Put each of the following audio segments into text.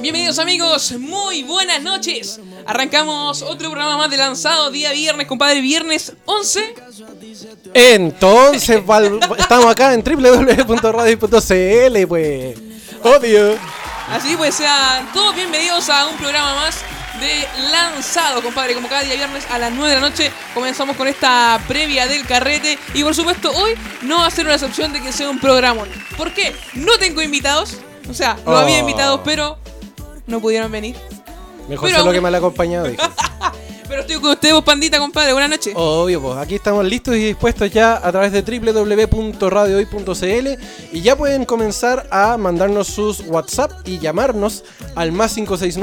Bienvenidos amigos, muy buenas noches. Arrancamos otro programa más de Lanzado, día viernes, compadre, viernes 11. Entonces, estamos acá en www.radio.cl, pues, obvio. Así pues, sean todos bienvenidos a un programa más de Lanzado, compadre. Como cada día viernes a las 9 de la noche comenzamos con esta previa del carrete. Y por supuesto, hoy no va a ser una excepción de que sea un programón. ¿Por qué? No tengo invitados. O sea, lo había invitados, pero no pudieron venir. Mejor solo que mal acompañado, dije. Pero estoy con ustedes, vos, pandita, compadre. Buenas noches. Obvio, pues aquí estamos listos y dispuestos ya a través de www.radiohoy.cl y ya pueden comenzar a mandarnos sus WhatsApp y llamarnos al más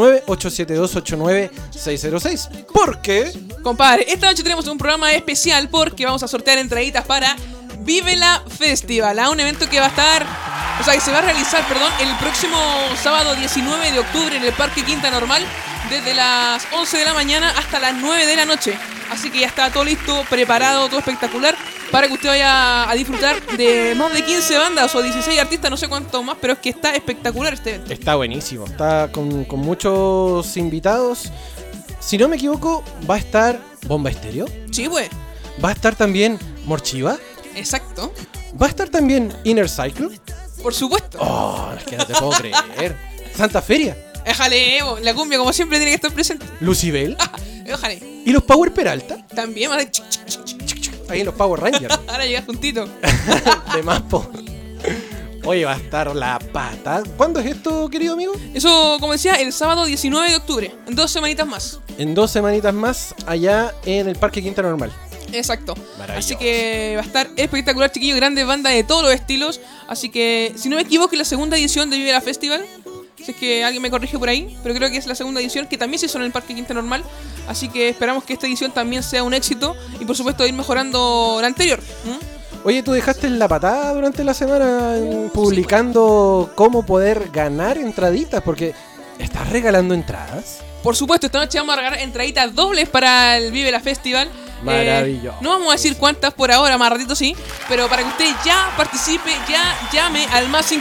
569-872-89606. ¿Por qué? Compadre, esta noche tenemos un programa especial porque vamos a sortear entraditas para Vívela Festival, a un evento que va a estar, o sea, que se va a realizar, el próximo sábado 19 de octubre en el Parque Quinta Normal, desde las 11 de la mañana hasta las 9 de la noche. Así que ya está todo listo, preparado, todo espectacular, para que usted vaya a disfrutar de más de 15 bandas o 16 artistas, no sé cuántos más, pero es que está espectacular este evento. Está buenísimo, está con muchos invitados. Si no me equivoco, va a estar Bomba Estéreo. Sí, pues. Va a estar también Morchiva. Exacto. Va a estar también Inner Cycle. Por supuesto. Oh, es que no te puedo creer. Santa Feria. Éjale, la cumbia como siempre tiene que estar presente. Lucibel. Éjale. ¿Y los Power Peralta? También, ahí en los Power Rangers. Ahora llegas juntito. De más, po. Oye, va a estar la pata. ¿Cuándo es esto, querido amigo? Eso, como decía, el sábado 19 de octubre. En 2 semanitas más. En 2 semanitas más, allá en el Parque Quinta Normal. Exacto. Así que va a estar espectacular, chiquillos. Grandes bandas de todos los estilos. Así que, si no me equivoco, es la segunda edición de Vívela Festival. Si es que alguien me corrige por ahí, pero creo que es la segunda edición, que también se hizo en el Parque Quinta Normal. Así que esperamos que esta edición también sea un éxito y por supuesto ir mejorando la anterior. Oye, tú dejaste la patada durante la semana publicando cómo poder ganar entraditas, porque ¿estás regalando entradas? Por supuesto, esta noche vamos a regalar entraditas dobles para el Vívela Festival. Maravilloso. No vamos a decir cuántas por ahora, más ratito sí, pero para que usted ya participe, ya llame al más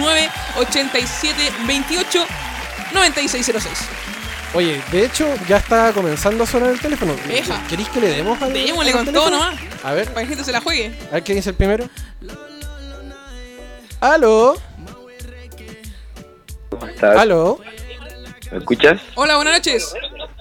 569-8728-9606. Oye, de hecho, ya está comenzando a sonar el teléfono. Deja. ¿Querés que le demos al Démosle con todo nomás. A ver. Para que la gente se la juegue. A ver qué dice el primero. ¿Aló? ¿Cómo estás? ¿Aló? ¿Me escuchas? Hola, buenas noches.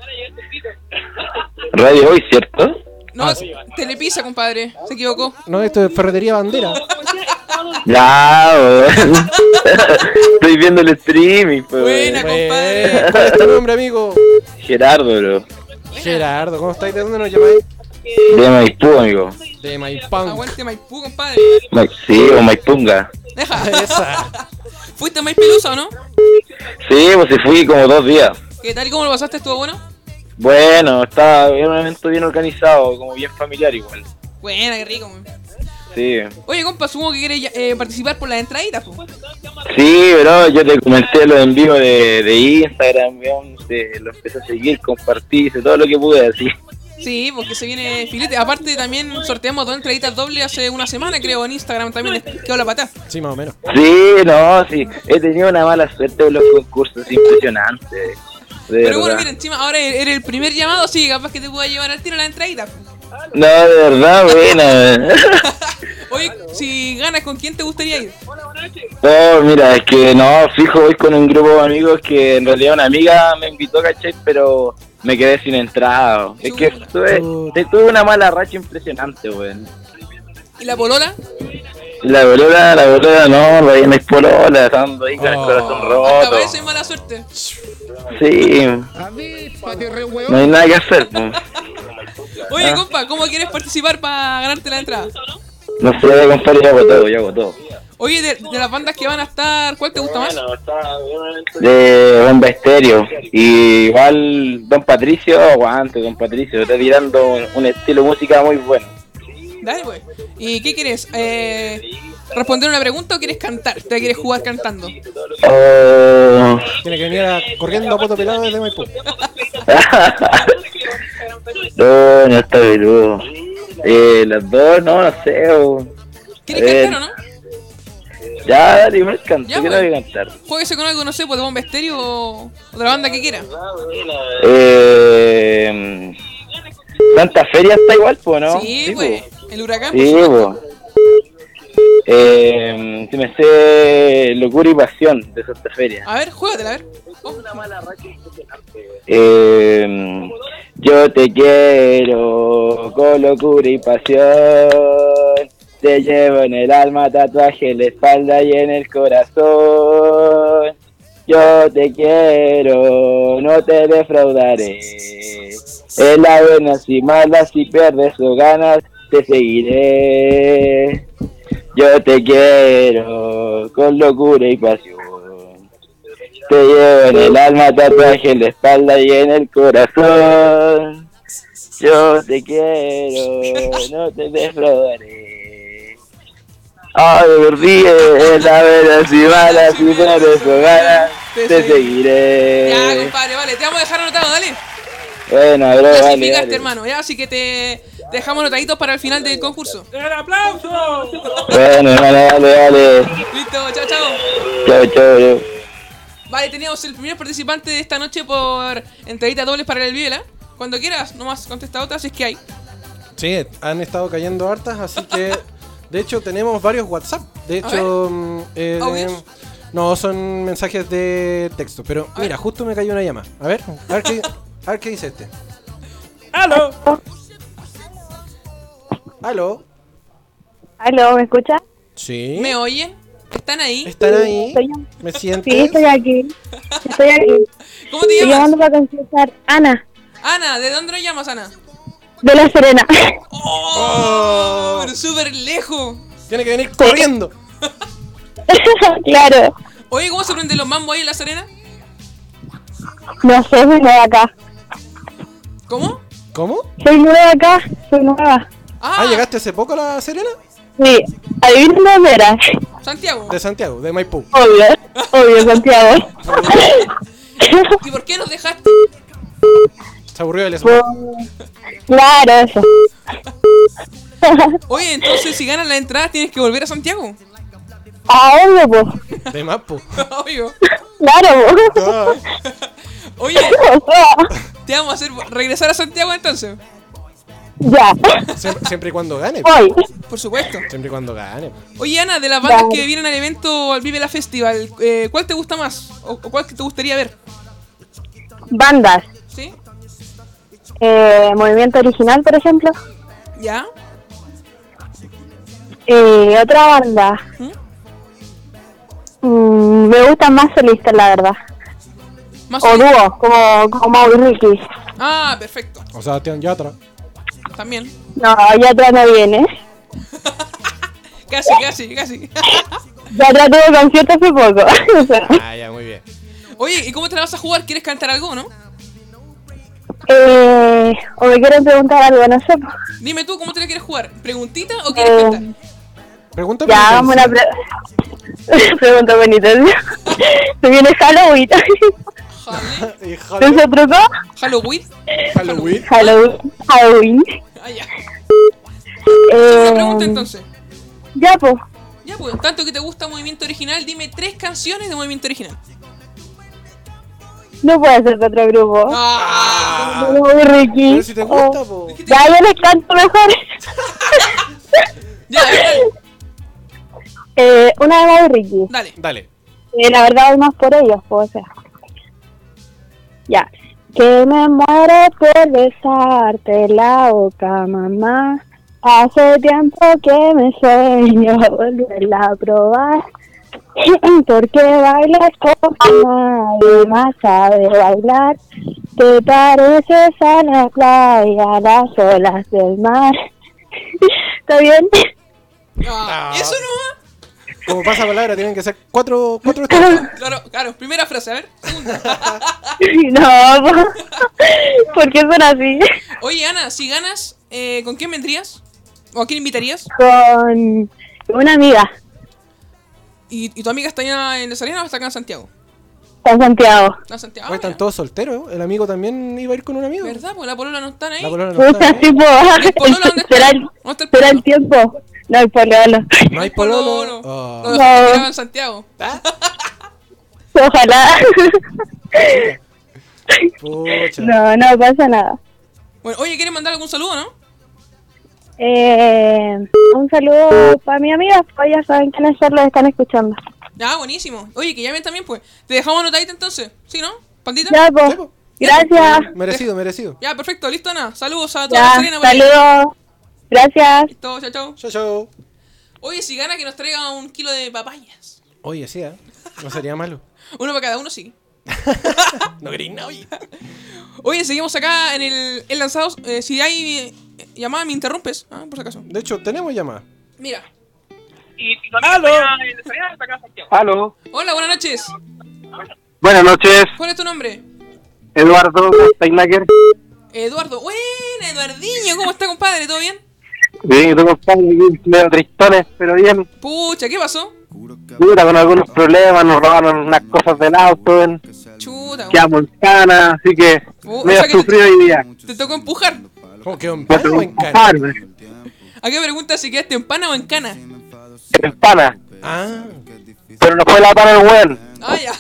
Radio Hoy, ¿cierto? No, Telepisa, compadre. Se equivocó. No, esto es Ferretería Bandera. Ya, weón. Estoy viendo el streaming, pues. Buena, compadre. ¿Cuál es tu nombre, amigo? Gerardo, bro. Gerardo, ¿cómo estáis? ¿De dónde nos llamáis? De Maipú, amigo. De Maipán. Aguante Maipú, compadre. Sí, o Maipunga. Deja. Esa. ¿Fuiste a Maipelusa o no? Sí, pues sí fui como 2 días. ¿Qué tal? ¿Cómo lo pasaste? ¿Estuvo bueno? Bueno, era un evento bien organizado, como bien familiar igual. Buena, qué rico, man. Sí. Oye, compa, supongo que quieres participar por las entraditas, po. Sí, bro, yo te comenté lo en vivo de Instagram, weón, lo empecé a seguir, compartí, hice todo lo que pude, así. Sí, porque se viene filete. Aparte, también sorteamos 2 entraditas dobles hace una semana, creo, en Instagram también quedó la patada. Sí, más o menos. Sí, no, sí, he tenido una mala suerte con los concursos, impresionante. Pero bueno, mira, encima ahora eres el primer llamado, sí, capaz que te pueda llevar al tiro la entradita. No, de verdad, buena. Oye, si ganas, ¿con quién te gustaría ir? Oh, mira, es que no, fijo, voy con un grupo de amigos que en realidad una amiga me invitó, ¿cachai? Pero me quedé sin entrada. Es que tuve una mala racha impresionante, weón. ¿Y la polola? La bolola no, no hay polola, estando ahí con el corazón Hasta roto. parece mala suerte. Sí, no hay nada que hacer, pues. Oye, compa, ¿cómo quieres participar para ganarte la entrada? No sé, compadre, yo hago todo. Oye, de las bandas que van a estar, ¿cuál te gusta más? De Bomba Estéreo. Y igual Don Patricio, aguante, Don Patricio, está tirando un estilo de música muy bueno. Dale, pues. ¿Y qué quieres? ¿Responder una pregunta o quieres cantar? ¿Te quieres jugar cantando? Tiene que venir corriendo a poto pelado desde Maipú. No está peludo. Las dos, no sé. ¿Quieres cantar o no? Ya, dale, me encanta. Ya, ¿Qué pues. tengo que cantar? Jueguese con algo, no sé, pues de Bomba Estéreo o de la banda que quiera. Santa Feria está igual, pues, ¿no? Sí, pues. El huracán, Sí, por supuesto. Se me sé Locura y Pasión de Santa Feria. A ver, juégatela, a ver. Oh. Yo te quiero con locura y pasión. Te llevo en el alma, tatuaje en la espalda y en el corazón. Yo te quiero, no te defraudaré. En las buenas y malas, si pierdes o ganas, te seguiré. Yo te quiero con locura y pasión. Te llevo en el alma, tatuaje en la espalda y en el corazón. Yo te quiero, no te defraudaré. Ay, me ríe, en la buenas y malas, si pierdes o ganas, te seguiré. Ya, compadre, vale, te vamos a dejar anotado, dale. Bueno, bro, Clasificaste, vale. hermano, ya, así que te dejamos anotaditos para el final del concurso. ¡El aplauso! Bueno, hermano, dale. Listo, chao, chao. Chao, chao. Vale, teníamos el primer participante de esta noche por entraditas dobles para el Vivela. Cuando quieras, nomás contesta otra, si es que hay. Sí, han estado cayendo hartas, así que de hecho tenemos varios WhatsApp. De hecho, ¿Audios? no son mensajes de texto, pero A mira, ver. justo me cayó una llamada. A ver qué dice este. ¡Aló! ¿Aló? ¿Aló? ¿Me escucha? Sí. ¿Me oyen? ¿Están ahí? ¿Están ahí? Soy yo. ¿Me sientes? Sí, estoy aquí. Estoy aquí. ¿Cómo te Estoy llamas? llamando para consultar. Ana, Ana, ¿de dónde nos llamas, Ana? de La Serena. ¡Oh! Pero súper lejos. Tiene que venir corriendo. Claro. Oye, ¿cómo se prenden los mambos ahí en La Serena? No sé, soy nueva acá. ¿Cómo? ¿Cómo? Soy nueva acá, soy nueva. Ah, ¿llegaste hace poco a La Serena? Sí, adivinen dónde era. Santiago. De Santiago, de Maipú. Obvio, Santiago. ¿Y por qué nos dejaste? Se aburrió el smart. Claro, eso. Oye, entonces si ganas la entrada tienes que volver a Santiago. Ah, obvio, pues. De Maipú. Obvio. Claro, pues. Ah, Oye, O sea, te vamos a hacer regresar a Santiago entonces. ya. siempre y cuando gane. Voy. Por supuesto. Siempre y cuando gane. Oye, Ana, de las bandas Vale. que vienen al evento al Vive la Festival, ¿cuál te gusta más? ¿O cuál que te gustaría ver? Bandas. ¿Sí? Movimiento Original, por ejemplo. ¿Ya? Otra banda. Me gustan más solistas, la verdad. Más O o menos. dúo, como Mau y Ricky. Ah, perfecto. O sea, Sebastián Yatra. También. No, Yatra no viene. Casi. Yatra tuvo concierto hace poco. O sea, Ah, ya, muy bien. Oye, ¿y cómo te la vas a jugar? ¿Quieres cantar algo o no? o me quieren preguntar algo, no sé. Dime tú, ¿cómo te la quieres jugar? ¿Preguntita o quieres cantar? Pregúntame. Ya, hagamos una pregunta bonita. Se viene Halloween. Jale. ¿No se trucó? Halloween. Halloween. Halloween. Ah, ya. Una pregunta entonces. Ya, pues. Ya, pues, tanto que te gusta Movimiento Original, dime 3 canciones de Movimiento Original. No puede ser de otro grupo. Ah. No, Ricky. Pero si te gusta, po. Ya, yo les canto mejor. Ya, dale. Una de Mau y Ricky. Dale. Dale. La verdad voy más por ellos, pues, o sea. Ya. Que me muero por besarte la boca, mamá. Hace tiempo que me sueño volverla a probar. Porque bailas como nadie más sabe bailar. Te pareces a la playa, a las olas del mar. ¿Está bien? Ah, ¿eso no? Como pasa palabra, tienen que ser cuatro estrofas. Claro. Primera frase, a ver. Segunda. No, ¿por qué son así? Oye, Ana, si ganas, ¿con quién vendrías? ¿O a quién invitarías? Con una amiga, ¿Y tu amiga está allá en La Serena o está acá en Santiago? en Santiago. ¿Está en Santiago? Hoy están todos solteros. El amigo también iba a ir con un amigo. ¿Verdad? Pues la polola no están ahí. La polola no está, Pucha, ¿eh? tipo, ¿El polola dónde está? será ¿Dónde está el será pololo? el tiempo. No hay pololo. ¿No hay pololo? No. Oh. Lo dejaba en Santiago. Ojalá. Pucha. No pasa nada. Bueno, oye, ¿quieres mandar algún saludo, no? Un saludo para mi amiga, pues ya saben quiénes son, los están escuchando. Ah, buenísimo. Oye, que llamen también, pues. ¿Te dejamos anotadita entonces? ¿Sí, no? ¿Pandita? Ya, pues. Sí, po. Gracias. Merecido. Ya, perfecto. Listo, Ana. Saludos a toda Ya, la Serena. por ahí. saludos. Gracias. Listo, chao. Chau. Oye, si gana que nos traiga 1 kilo de papayas. Oye, sí, ¿eh? No sería malo. Uno para cada uno, sí. No queréis nada, oye. Oye, seguimos acá en el lanzado. Si hay llamada, me interrumpes. Ah, por si acaso. De hecho, tenemos llamada. Mira. ¡Aló! Aló. Hola, buenas noches. Buenas noches, ¿Cuál es tu nombre? Eduardo Steinacker. Eduardo. Buena, Eduardiño. ¿Cómo está, compadre? ¿Todo bien? Bien, tengo compadre aquí medio tristones, pero bien. Pucha, ¿qué pasó? Puta, con algunos problemas, nos robaron unas cosas del auto, Chuta. quedamos en cana, así que O medio sea que sufrido hoy día. Te tocó empujar. ¿Cómo quedó en Me pan tengo o que en cana? empujarme. ¿A qué pregunta si quedaste en pana o en cana? En pana, Ah, pero no fue la pana el weón. Ah, ya.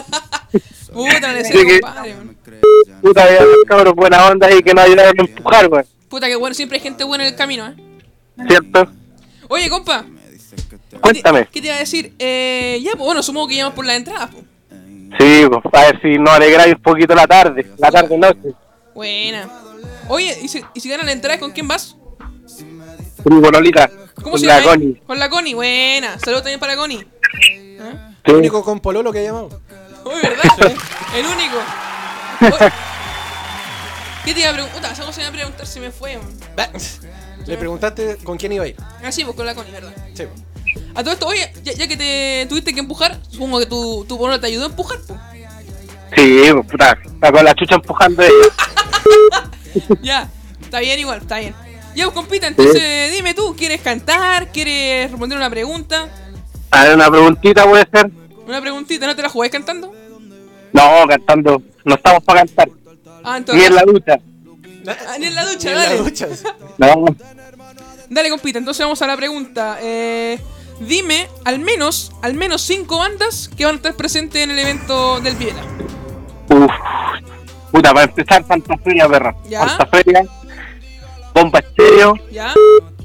Puta, no le Sí, que- compadre, man. Puta, había dos cabros buena onda ahí que nos ayudaron a empujar, weón. Puta, que bueno, siempre hay gente buena en el camino, ¿eh? ¿Cierto? Oye, compa. Cuéntame. ¿Qué te iba a decir? Ya, pues bueno, supongo que llamas por las entradas, pues. Sí, pues, a ver si nos alegráis un poquito la tarde-noche. Buena. Oye, ¿y si ganan la entrada, con quién vas? Mi bololita, ¿Cómo con se la llama? Connie. Con la Connie, buena. Saludos también para Connie. Sí. el único con pololo que ha llamado. Uy, ¿verdad? El único. Oye, ¿qué te iba a preguntar? ¿Cómo se me iba a preguntar si me fue? Man? Le preguntaste con quién iba a ir. Ah, sí, pues con la Connie, ¿verdad? Sí. A todo esto, oye, ya que te tuviste que empujar, supongo que tu polola te ayudó a empujar, pues. Sí, pues, puta, está con la chucha empujando ella. Ya, está bien igual, está bien. Ya, pues compita, entonces dime tú, ¿quieres cantar? ¿Quieres responder una pregunta? A ver, una preguntita puede ser. Una preguntita, ¿no te la jugáis cantando? No, cantando, no estamos para cantar. Ah, Ni entonces. en la ducha. Ah, ni en la ducha, En la dale. ducha. Sí. No, Dale, compita, entonces vamos a la pregunta. Dime al menos 5 bandas que van a estar presentes en el evento del Vivela. uff. Puta, para empezar, Santa Feria, perra. Ya. Santa Feria, Bomba Estéreo, ¿Ya?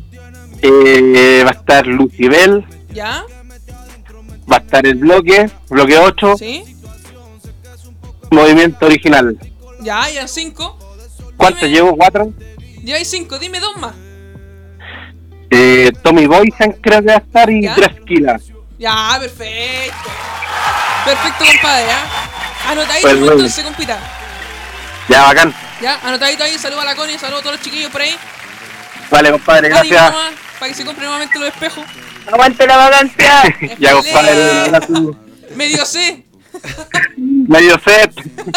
va a estar Lucibel, ¿Ya? va a estar el bloque 8, ¿Sí? Movimiento Original. Ya 5. ¿Cuántos llevo? ¿4? Lleváis 5, dime 2 más. Tommy Boysen creo que va a estar y ¿Ya? 3 kilas. Ya, perfecto. Perfecto, compadre, ¿ya? Anotadito Pues bueno. entonces, compita. Ya, bacán. Ya, anotadito ahí, saludos a la Connie, saludos a todos los chiquillos por ahí. Vale, compadre, Ánimo gracias. nomás, para que se compre nuevamente los espejos. ¡Aguante la vacancia! Ya, compadre, gracias. Medio C. Medio set.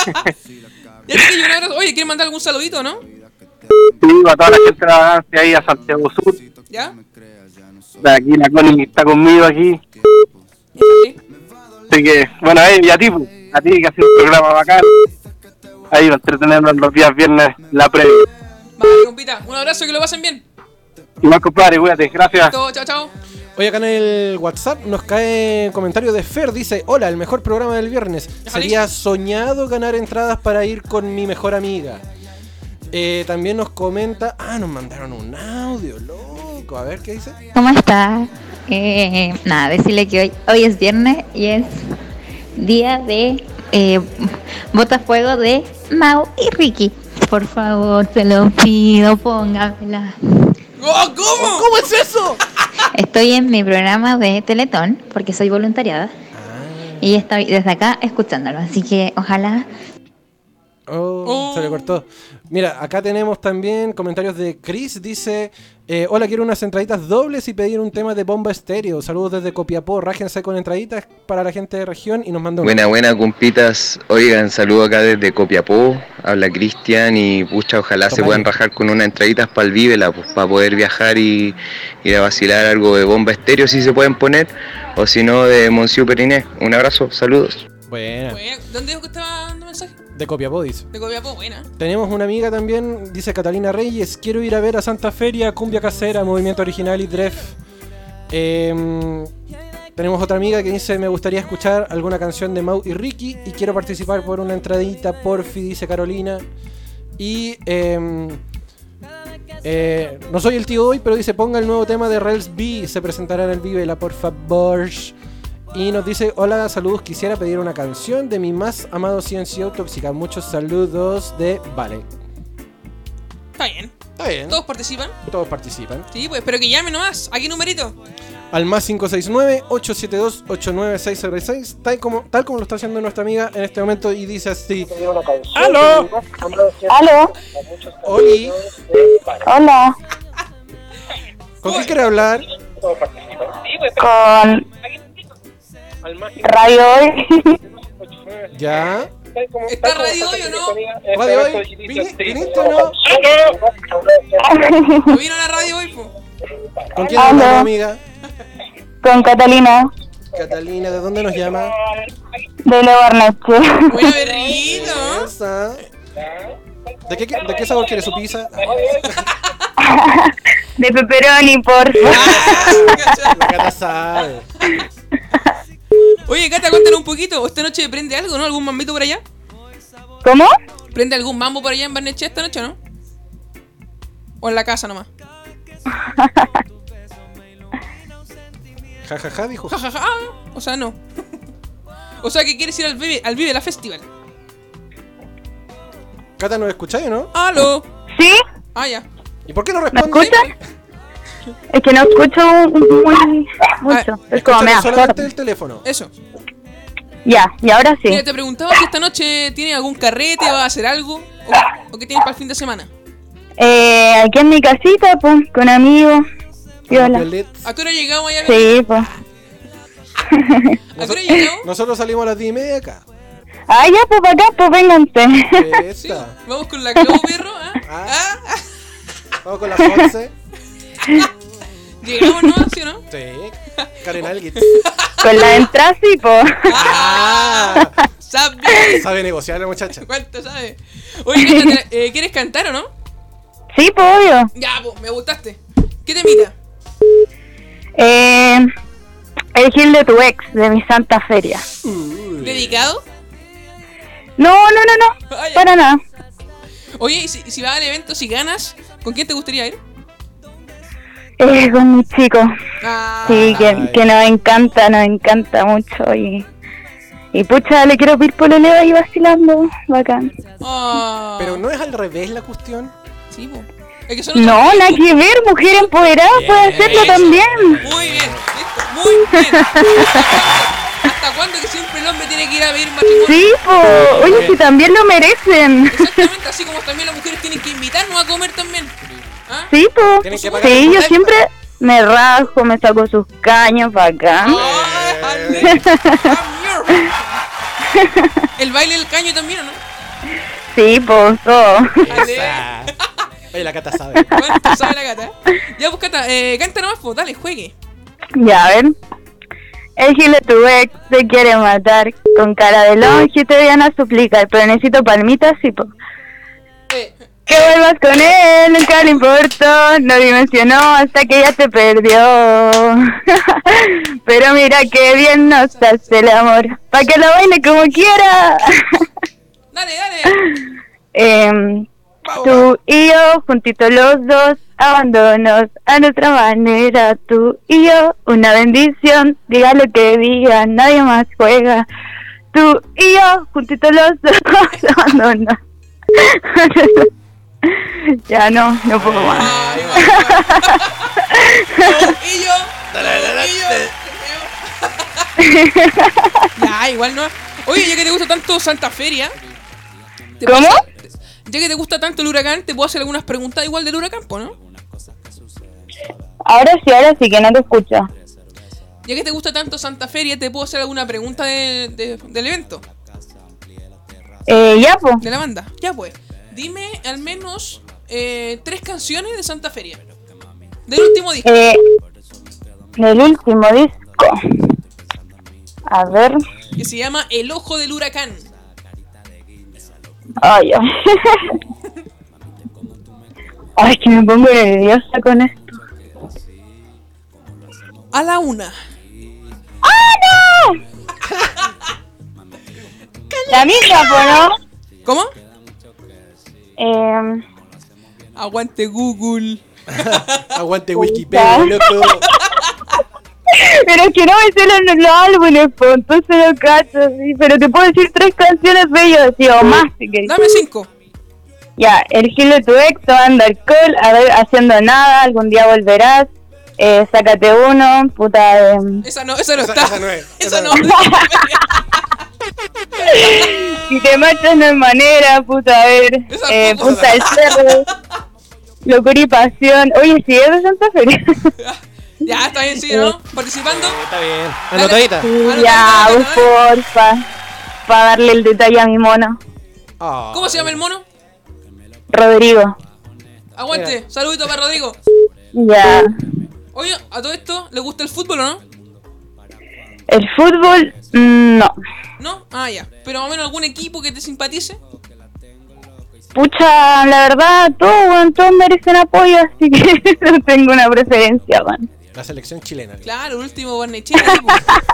Ya, chiquillos, un abrazo. Oye, ¿quieren mandar algún saludito, no? Sí, a toda la gente de la vacancia ahí a Santiago Sur. ¿Ya? De aquí la Connie está conmigo aquí. Sí. Así que, bueno, y a ti, pues, a ti que haces un programa bacán. Ahí va a entretenernos los días viernes la previa. Vale, compita, un abrazo, que lo pasen bien. Igual, compadre, cuídate, gracias. Todo, chao, chao. Hoy acá en el WhatsApp nos cae un comentario de Fer. Dice: hola, el mejor programa del viernes. Sería soñado ganar entradas para ir con mi mejor amiga. También nos comenta... nos mandaron un audio, loco. A ver, ¿qué dice? ¿Cómo está? Nada, decirle que hoy es viernes y es día de botafuego de Mau y Ricky. Por favor, te lo pido, póngamela. ¡Oh, cómo! ¿Cómo es eso? Estoy en mi programa de Teletón porque soy voluntariada y estoy desde acá escuchándolo, así que ojalá. Se le cortó. Mira, acá tenemos también comentarios de Chris. Dice: hola, quiero unas entraditas dobles y pedir un tema de Bomba Estéreo. Saludos desde Copiapó. Rájense con entraditas para la gente de región y nos manda un... Buena, compitas. Oigan, saludo acá desde Copiapó. Habla Cristian y pucha, ojalá se puedan rajar con unas entraditas para el Vívela, pues, para poder viajar y ir a vacilar algo de Bomba Estéreo si se pueden poner, o si no de Monsieur Periné. Un abrazo, saludos. Buena. ¿Dónde dijo que estaba dando mensaje? De Copiapó, dice. De Copiapó, buena. Tenemos una amiga también, dice Catalina Reyes: quiero ir a ver a Santa Feria, Cumbia Casera, Movimiento Original y Dref. Tenemos otra amiga que dice: me gustaría escuchar alguna canción de Mau y Ricky y quiero participar por una entradita, porfi, dice Carolina. Y no soy el tío hoy, pero dice: ponga el nuevo tema de Rels B, se presentará en el Vivela, por favor. Y nos dice: hola, saludos, quisiera pedir una canción de mi más amado CNCO Tóxica. Muchos saludos de Vale. Está bien. Está bien. ¿Todos participan? Todos participan. Sí, pues, pero que llamen nomás. ¿A qué numerito? Al más 569-872-89606, tal como lo está haciendo nuestra amiga en este momento, y dice así: ¡aló! ¿Aló? ¡Oli! Hola. ¿Con quién quiere hablar? Con Radio Hoy. ¿Ya? ¿Está Radio Hoy o no? ¿Radio Hoy? ¿Viniste o no? ¿No vino a la radio hoy, po? ¿Con quién habla, amiga? Con Catalina. Catalina, ¿de dónde nos llama? De Lebarneche. Buena berrito. Esa. ¿De qué sabor quiere su pizza? De pepperoni, por La Cata sabe. Oye, Cata, cuéntanos un poquito. ¿Esta noche prende algo, no? ¿Algún mambito por allá? ¿Cómo? ¿Prende algún mambo por allá en Barnechea esta noche o no? ¿O en la casa nomás? Jajaja, dijo. Ja, o sea, no. O sea, que quieres ir al Vive la Festival. Cata, ¿nos escucháis o no? ¡Aló! ¿Sí? Ah, ya. ¿Y por qué no ¿Me responde? escuchan? Es que no escucho mucho. Es como me solamente acuerdo. el teléfono. Eso. Ya, y ahora sí. Mira, te preguntaba si esta noche tiene algún carrete, va a hacer algo, o qué tienes para el fin de semana. Aquí en mi casita, pues, con amigos. Viola. ¿A qué hora llegamos allá? Sí, pues. ¿A qué hora llegamos? Nosotros salimos a las 10:30 acá. Ah, ya, pues, para acá, pues, vénganse. Sí, Esta. vamos con la Clau, perro, Ah. ¿ah? Vamos con las 11. ¿Llegamos, no? ¿Sí o no? Sí. Karen Alguit. Con la entrada, sí, pues. Ah. ¿Sabe? Sabe negociar la muchacha. ¿Cuánto sabe? Oye, Cata, ¿quieres cantar o no? Sí, pues, obvio. Ya, pues, me gustaste. ¿Qué te mira? El Gil de tu ex, de mi Santa Feria. ¿Dedicado? No, Ah, ya. para nada. Oye, y si vas al evento, si ganas, ¿con quién te gustaría ir? Con mis chicos. Ah, Sí, que nos encanta mucho. Y pucha, le quiero pedir pololeo ahí vacilando. Bacán. oh. Pero no es al revés la cuestión. Sí, po. Es que son No, nada que ver, mujer empoderada puede hacerlo también. Muy bien, listo, muy bien. ¿Hasta cuándo que siempre el hombre tiene que ir a pedir matrimonio? Sí, oye, si también lo merecen. Exactamente, así como también las mujeres tienen que invitarnos a comer también. ¿Ah? Sí, Tienen que pagar sí, por yo esto. siempre me rajo, me saco sus caños para acá. ¿El baile del caño también o no? Sí, todo. Esa. Oye, la Cata sabe. ¿Cuánto sabe la Cata? Ya, pues Cata, canta nomás, pues, dale, juegue. Ya, a ver. El Gil de tu ex te quiere matar. Con cara de longe te vienen a suplicar. Pero necesito palmitas, sí, po. Que vuelvas con él, nunca le importó. No dimensionó hasta que ya te perdió. Pero mira que bien nos hace el amor. Pa' que lo baile como quiera. Dale. Tú y yo, juntitos los dos, abandonos a nuestra manera. Tú y yo, una bendición, diga lo que diga, nadie más juega. Tú y yo, juntitos los dos, abandonos. Ya no puedo más. Y yo. Ya, igual no. Oye, ya que te gusta tanto Santa Feria. ¿Cómo? Ya que te gusta tanto el huracán, te puedo hacer algunas preguntas igual del huracán, ¿no? Ahora sí que no te escucho. Ya que te gusta tanto Santa Feria, te puedo hacer alguna pregunta del evento, Ya, pues. de la banda. Ya, pues. Dime al menos 3 canciones de Santa Feria. Del último disco. Del último disco. A ver. Que se llama El Ojo del Huracán. Ay, ay, que me pongo nerviosa con esto. a la 1. ¡Ah, no! La misma, ¿no? ¿Cómo? Eh, Aguante Google. Aguante Wikipedia, loco. pero es que no me sé los álbumes, pues, entonces no cacho, sí. Pero te puedo decir 3 canciones de ellos, sí, o más, si querés. Dame 5. Ya, El Gil de tu ex, Tomando alcohol, a ver, Haciendo nada, Algún día volverás, Sácate uno, puta, Esa no está. Esa no es. Esa no. Si te marchas no hay manera, puta, a ver, Esa Punta del Cerro, Locura y Pasión. Oye, si es de Santa Feria. Ya, está bien, sí, ¿no? Participando. Está bien. Anotadita. Sí, Anota, ya, anota, porfa, para darle el detalle a mi mono. Ah. ¿Cómo se llama el mono? Rodrigo. Aguante. Saludito para Rodrigo. Ya. Oye, a todo esto, ¿le gusta el fútbol o no? El fútbol, no. ¿No? Ah, ya. Pero más o menos algún equipo que te simpatice. Pucha, la verdad, todos merecen apoyo, así que no tengo una preferencia, man. La selección chilena. Claro, el último Barnechea, tipo.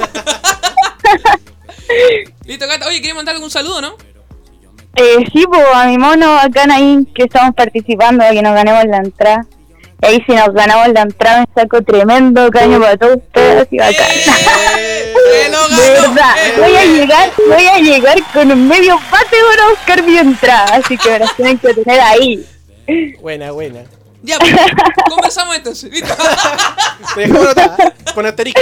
Listo, Cata. Oye, ¿querés mandar algún saludo, no? Sí, pues a mi mono acá en ahí que estamos participando, que nos ganemos la entrada. Y ahí si nos ganamos la entrada me saco tremendo caño para todos ustedes y bacán. ¡Se lo De ganó! verdad, voy a llegar con un medio bate para buscar mi entrada, así que me las tienen que tener ahí. Buena. Ya, pues, conversamos entonces. ¿Listo? Te dejamos anotada. Con asterisco.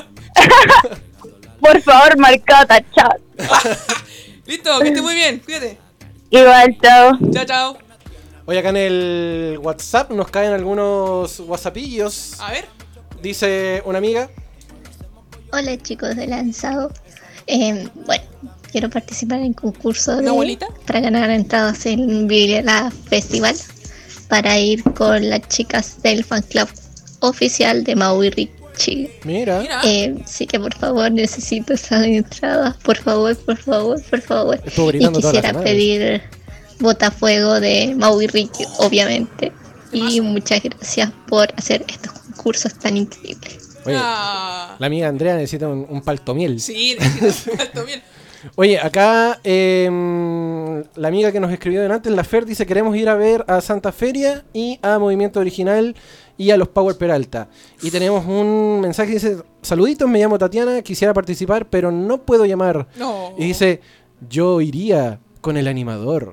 Por favor, marcado tachado. Listo, que esté muy bien. Cuídate. Igual, chao. Chao, chao. Hoy acá en el WhatsApp nos caen algunos WhatsAppillos. A ver. Dice una amiga. Hola chicos de Lanzado. Bueno, quiero participar en el concurso ¿Una abuelita? para ganar entradas en Vilela Festival para ir con las chicas del fan club oficial de Mau y Richie. Mira. Mira. Sí que por favor necesito esas entradas, por favor. Estuvo Y gritando toda la quisiera semana. pedir Botafuego de Mau y Richie, obviamente. Y muchas gracias por hacer estos concursos tan increíbles. Oye, Ah. la amiga Andrea necesita un paltomiel. Sí, necesito bien. Oye, acá la amiga que nos escribió delante, la Fer, dice: queremos ir a ver a Santa Feria y a Movimiento Original y a los Power Peralta. Y tenemos un mensaje que dice: saluditos, me llamo Tatiana, quisiera participar, pero no puedo llamar. No. Y dice: yo iría con el animador.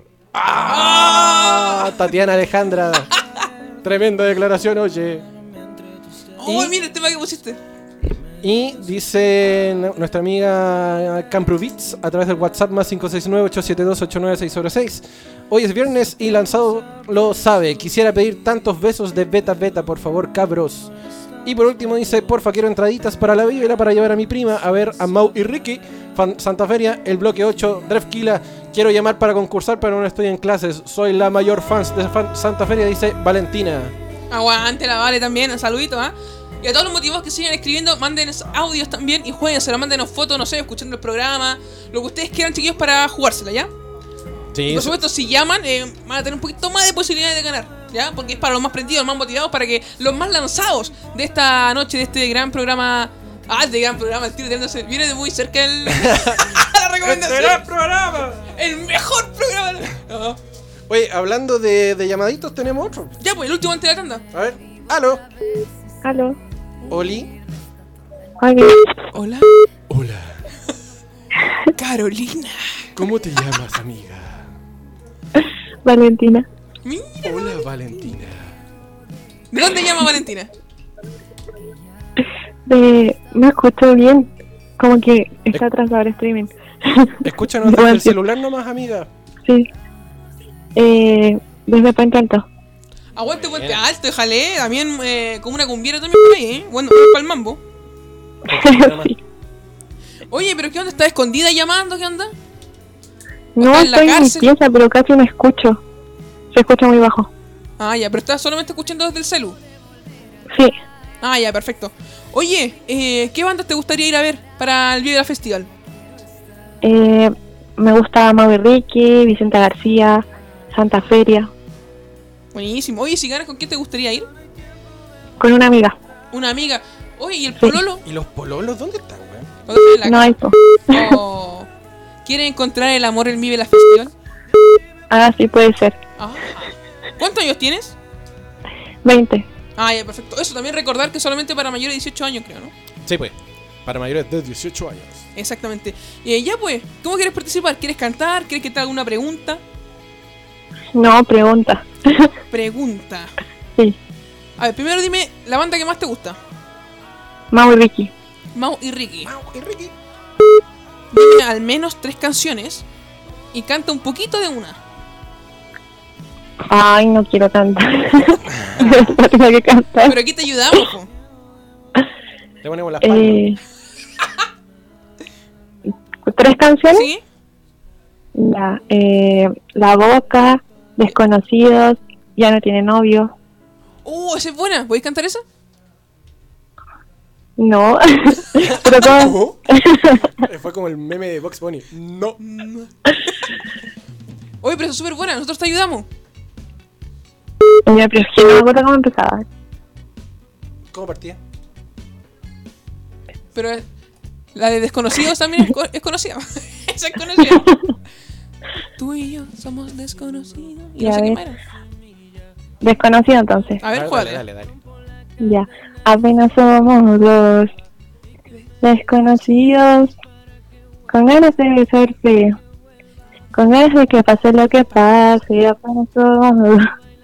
¡Ah! Tatiana Alejandra. Tremenda declaración, oye. Oh, Y- mira el tema que pusiste. Y dice nuestra amiga Camprovitz a través del WhatsApp más 569-872-89606. Hoy es viernes y Lanzado lo sabe. Quisiera pedir tantos besos de beta, por favor, cabros. Y por último dice: porfa, quiero entraditas para la vívela para llevar a mi prima a ver a Mau y Ricky. Santa Feria, el bloque 8, Drefkila. Quiero llamar para concursar, pero no estoy en clases. Soy la mayor fan de Santa Feria, dice Valentina. Aguante la Vale también, un saludito, ¿ah? Y a todos los motivos que sigan escribiendo, mándenos audios también y jueguensela, mándenos fotos, no sé, escuchando el programa, lo que ustedes quieran, chiquillos, para jugársela, ¿ya? Sí, Y por supuesto, si llaman, van a tener un poquito más de posibilidades de ganar, ¿ya? Porque es para los más prendidos, los más motivados, para que los más lanzados de esta noche, de este gran programa. Ah, de gran programa, el tiro tirándose. Viene de muy cerca el. la recomendación. ¡Este gran programa! El mejor programa. No. Oye, hablando de llamaditos, tenemos otro. Ya, pues, el último antes de la tanda. A ver, aló. Aló. Oli. Oye, Hola, Hola. Carolina. ¿Cómo te llamas, amiga? Valentina. Mira. Hola, Valentina. ¿De dónde llama Valentina? Me escucho bien. Como que está atrasado el streaming. Escúchanos desde el celular nomás, amiga. Sí. Desde Puente Alto. Aguante Puente Alto, déjale. También como una cumbiera también por ahí, ¿eh? Bueno, para el mambo. Sí. Oye, pero ¿qué onda? ¿Estás escondida llamando? ¿Qué onda? No ¿Estás en la estoy en mi cárcel? pieza, pero casi me escucho. Se escucha muy bajo. Ah, ya, pero estás solamente escuchando desde el celu. Sí. Ah, ya, perfecto. Oye, ¿qué bandas te gustaría ir a ver para el Vive la Festival? Me gusta Mau y Ricky, Vicenta García, Santa Feria. Buenísimo. Oye, si ganas, ¿con quién te gustaría ir? Con una amiga. Una amiga. Oye, ¿y el pololo? ¿Y los pololos dónde están, weón? ¿O dejan en la No hay, po. casa? ¿O quiere encontrar el amor en Vive la Festival? Ah, sí puede ser. Ah. ¿Cuántos años tienes? 20. Ah, ya, perfecto. Eso, también recordar que solamente para mayores de 18 años, creo, ¿no? Sí, pues. Para mayores de 18 años. Exactamente. Y ya, pues, ¿cómo quieres participar? ¿Quieres cantar? ¿Quieres que te haga una pregunta? No, pregunta. Pregunta. Sí. A ver, primero dime la banda que más te gusta. Mau y Ricky. Mau y Ricky. Dime al menos 3 canciones y canta un poquito de una. Ay, no quiero cantar. No tengo que cantar. Pero aquí te ayudamos, po. Te ponemos las palmas. 3 canciones. ¿Sí? Ya, La Boca, Desconocidos, Ya no tiene novio. Esa es buena. ¿Podéis cantar esa? No. Pero ¿cómo? Fue como el meme de Box Bunny. No. Oye, pero esa es súper buena. Nosotros te ayudamos. Ya, pero es que no me acuerdo cómo empezaba. ¿Cómo partía? Pero la de Desconocidos también es conocida. Esa es conocida. Tú y yo somos desconocidos. Y Ya no sé qué ves. más era. Desconocido entonces. A ver, Dale, ¿cuál? dale. Ya. Apenas somos dos desconocidos, con ganas de besarte, con ganas de que pase lo que pase. Apenas somos dos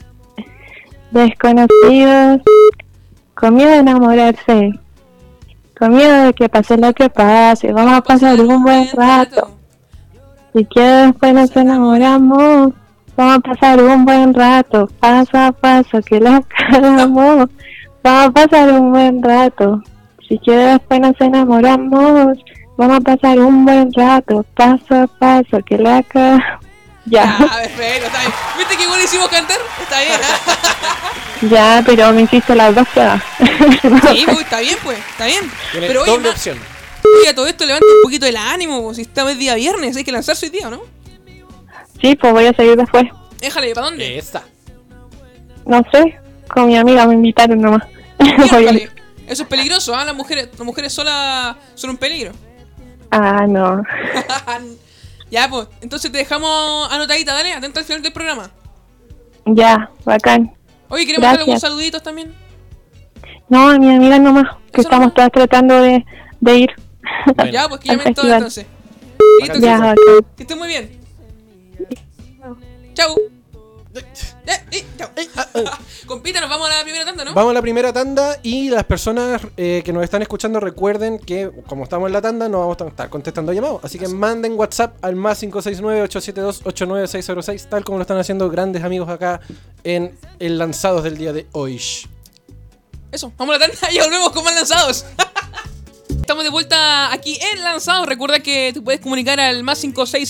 desconocidos, con miedo de enamorarse, con miedo de que pase lo que pase. Vamos a pasar un buen rato. Si quieres después nos enamoramos. Vamos a pasar un buen rato, paso a paso que la cagamos. Vamos a pasar un buen rato. Si quieres después nos enamoramos. Vamos a pasar un buen rato, paso a paso que la cagamos. Ya. Perfecto, está bien. ¿Viste que igual hicimos cantar? Está bien, ¿eh? Ya, pero me hiciste las dos pruebas. Sí, pues, está bien, pues. Está bien. Tiene Pero oye, doble opción. oye, a todo esto levanta un poquito el ánimo, pues, si estamos día viernes, hay que lanzarse hoy día, ¿no? Sí, pues voy a seguir después. Déjale, ¿para dónde? Esa. No sé, con mi amiga me invitaron nomás. Voy a ir. Miércoles. Eso es peligroso, ¿ah? Las mujeres solas son un peligro. Ah, no. Ya, pues, entonces te dejamos anotadita, dale, atento al final del programa. Ya, bacán. Oye, ¿queremos dar Gracias. algunos saluditos también? No, a mi amiga nomás, que Eso estamos nomás. todas tratando de ir. Bueno. Ya, pues que Al llamen todos festival. entonces. Listo, Ya, que- bacán. que estén muy bien. Chau. Chau. Compita, nos vamos a la primera tanda, ¿no? Vamos a la primera tanda y las personas que nos están escuchando recuerden que como estamos en la tanda no vamos a estar contestando llamados. Así que manden WhatsApp al más 569-872-89606 tal como lo están haciendo grandes amigos acá en el Lanzados del día de hoy. Eso, vamos a la tanda y ya volvemos con más lanzados. Estamos de vuelta aquí en Lanzados. Recuerda que te puedes comunicar al más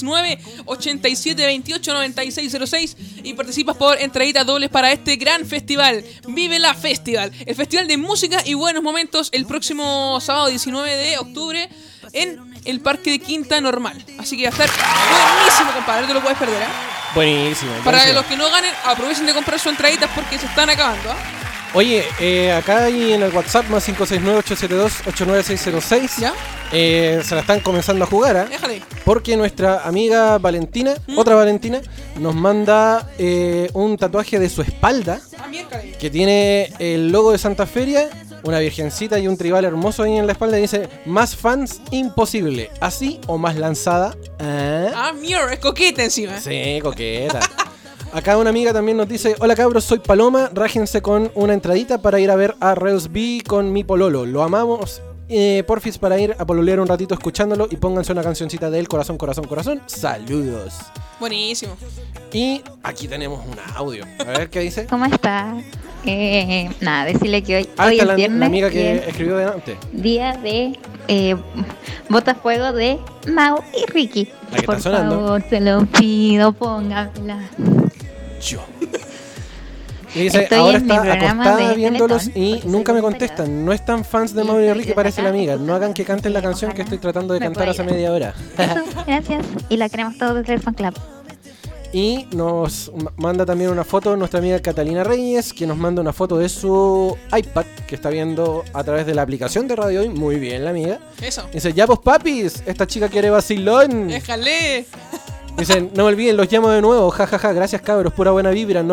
569-8728-9606 y participas por entraditas dobles para este gran festival. Vive la Festival, el festival de música y buenos momentos el próximo sábado 19 de octubre en el Parque de Quinta Normal. Así que va a estar buenísimo, compadre, no te lo puedes perder, ¿eh? Buenísimo. Para buenísimo. los que no ganen, aprovechen de comprar sus entraditas porque se están acabando, ¿ah? Oye, acá y en el WhatsApp más 569-872-89606 ¿Ya? se la están comenzando a jugar, ¿ah? Déjale. Porque nuestra amiga Valentina, otra Valentina, nos manda un tatuaje de su espalda Ah, miércoles. que tiene el logo de Santa Feria, una virgencita y un tribal hermoso ahí en la espalda y dice, más fans imposible, así o más lanzada. Ah, mierda, es coqueta encima. Sí, coqueta. Acá una amiga también nos dice, hola cabros, soy Paloma, rájense con una entradita para ir a ver a Reels B con mi pololo, lo amamos. Porfis para ir a pololear un ratito escuchándolo y pónganse una cancioncita de él, corazón, corazón, corazón. Saludos. Buenísimo. Y aquí tenemos un audio. A ver qué dice. ¿Cómo está? Nada, decirle que hoy Ah, es está la viernes amiga y que es escribió delante. día de botafuego de Mau y Ricky. La que Por está sonando. favor, te lo pido, póngamela. Yo. Y dice, Estoy ahora en mi está programa acostada de viéndolos Teletón, y porque nunca soy me voluntariada. contestan. No están fans de Y Mauro y estoy Ricky, desde parece la acá, amiga. No hagan que canten la porque canción que ojalá estoy tratando de me cantar hace pueda media hora. Eso, gracias. Y la queremos todos desde el fan club. Y nos manda también una foto nuestra amiga Catalina Reyes, que nos manda una foto de su iPad que está viendo a través de la aplicación de Radio Hoy. Muy bien, la amiga. Eso. Dice, ya pues papis, esta chica quiere vacilón. Déjale. Dice, no me olviden, los llamo de nuevo. Jajaja, gracias cabros, pura buena vibra.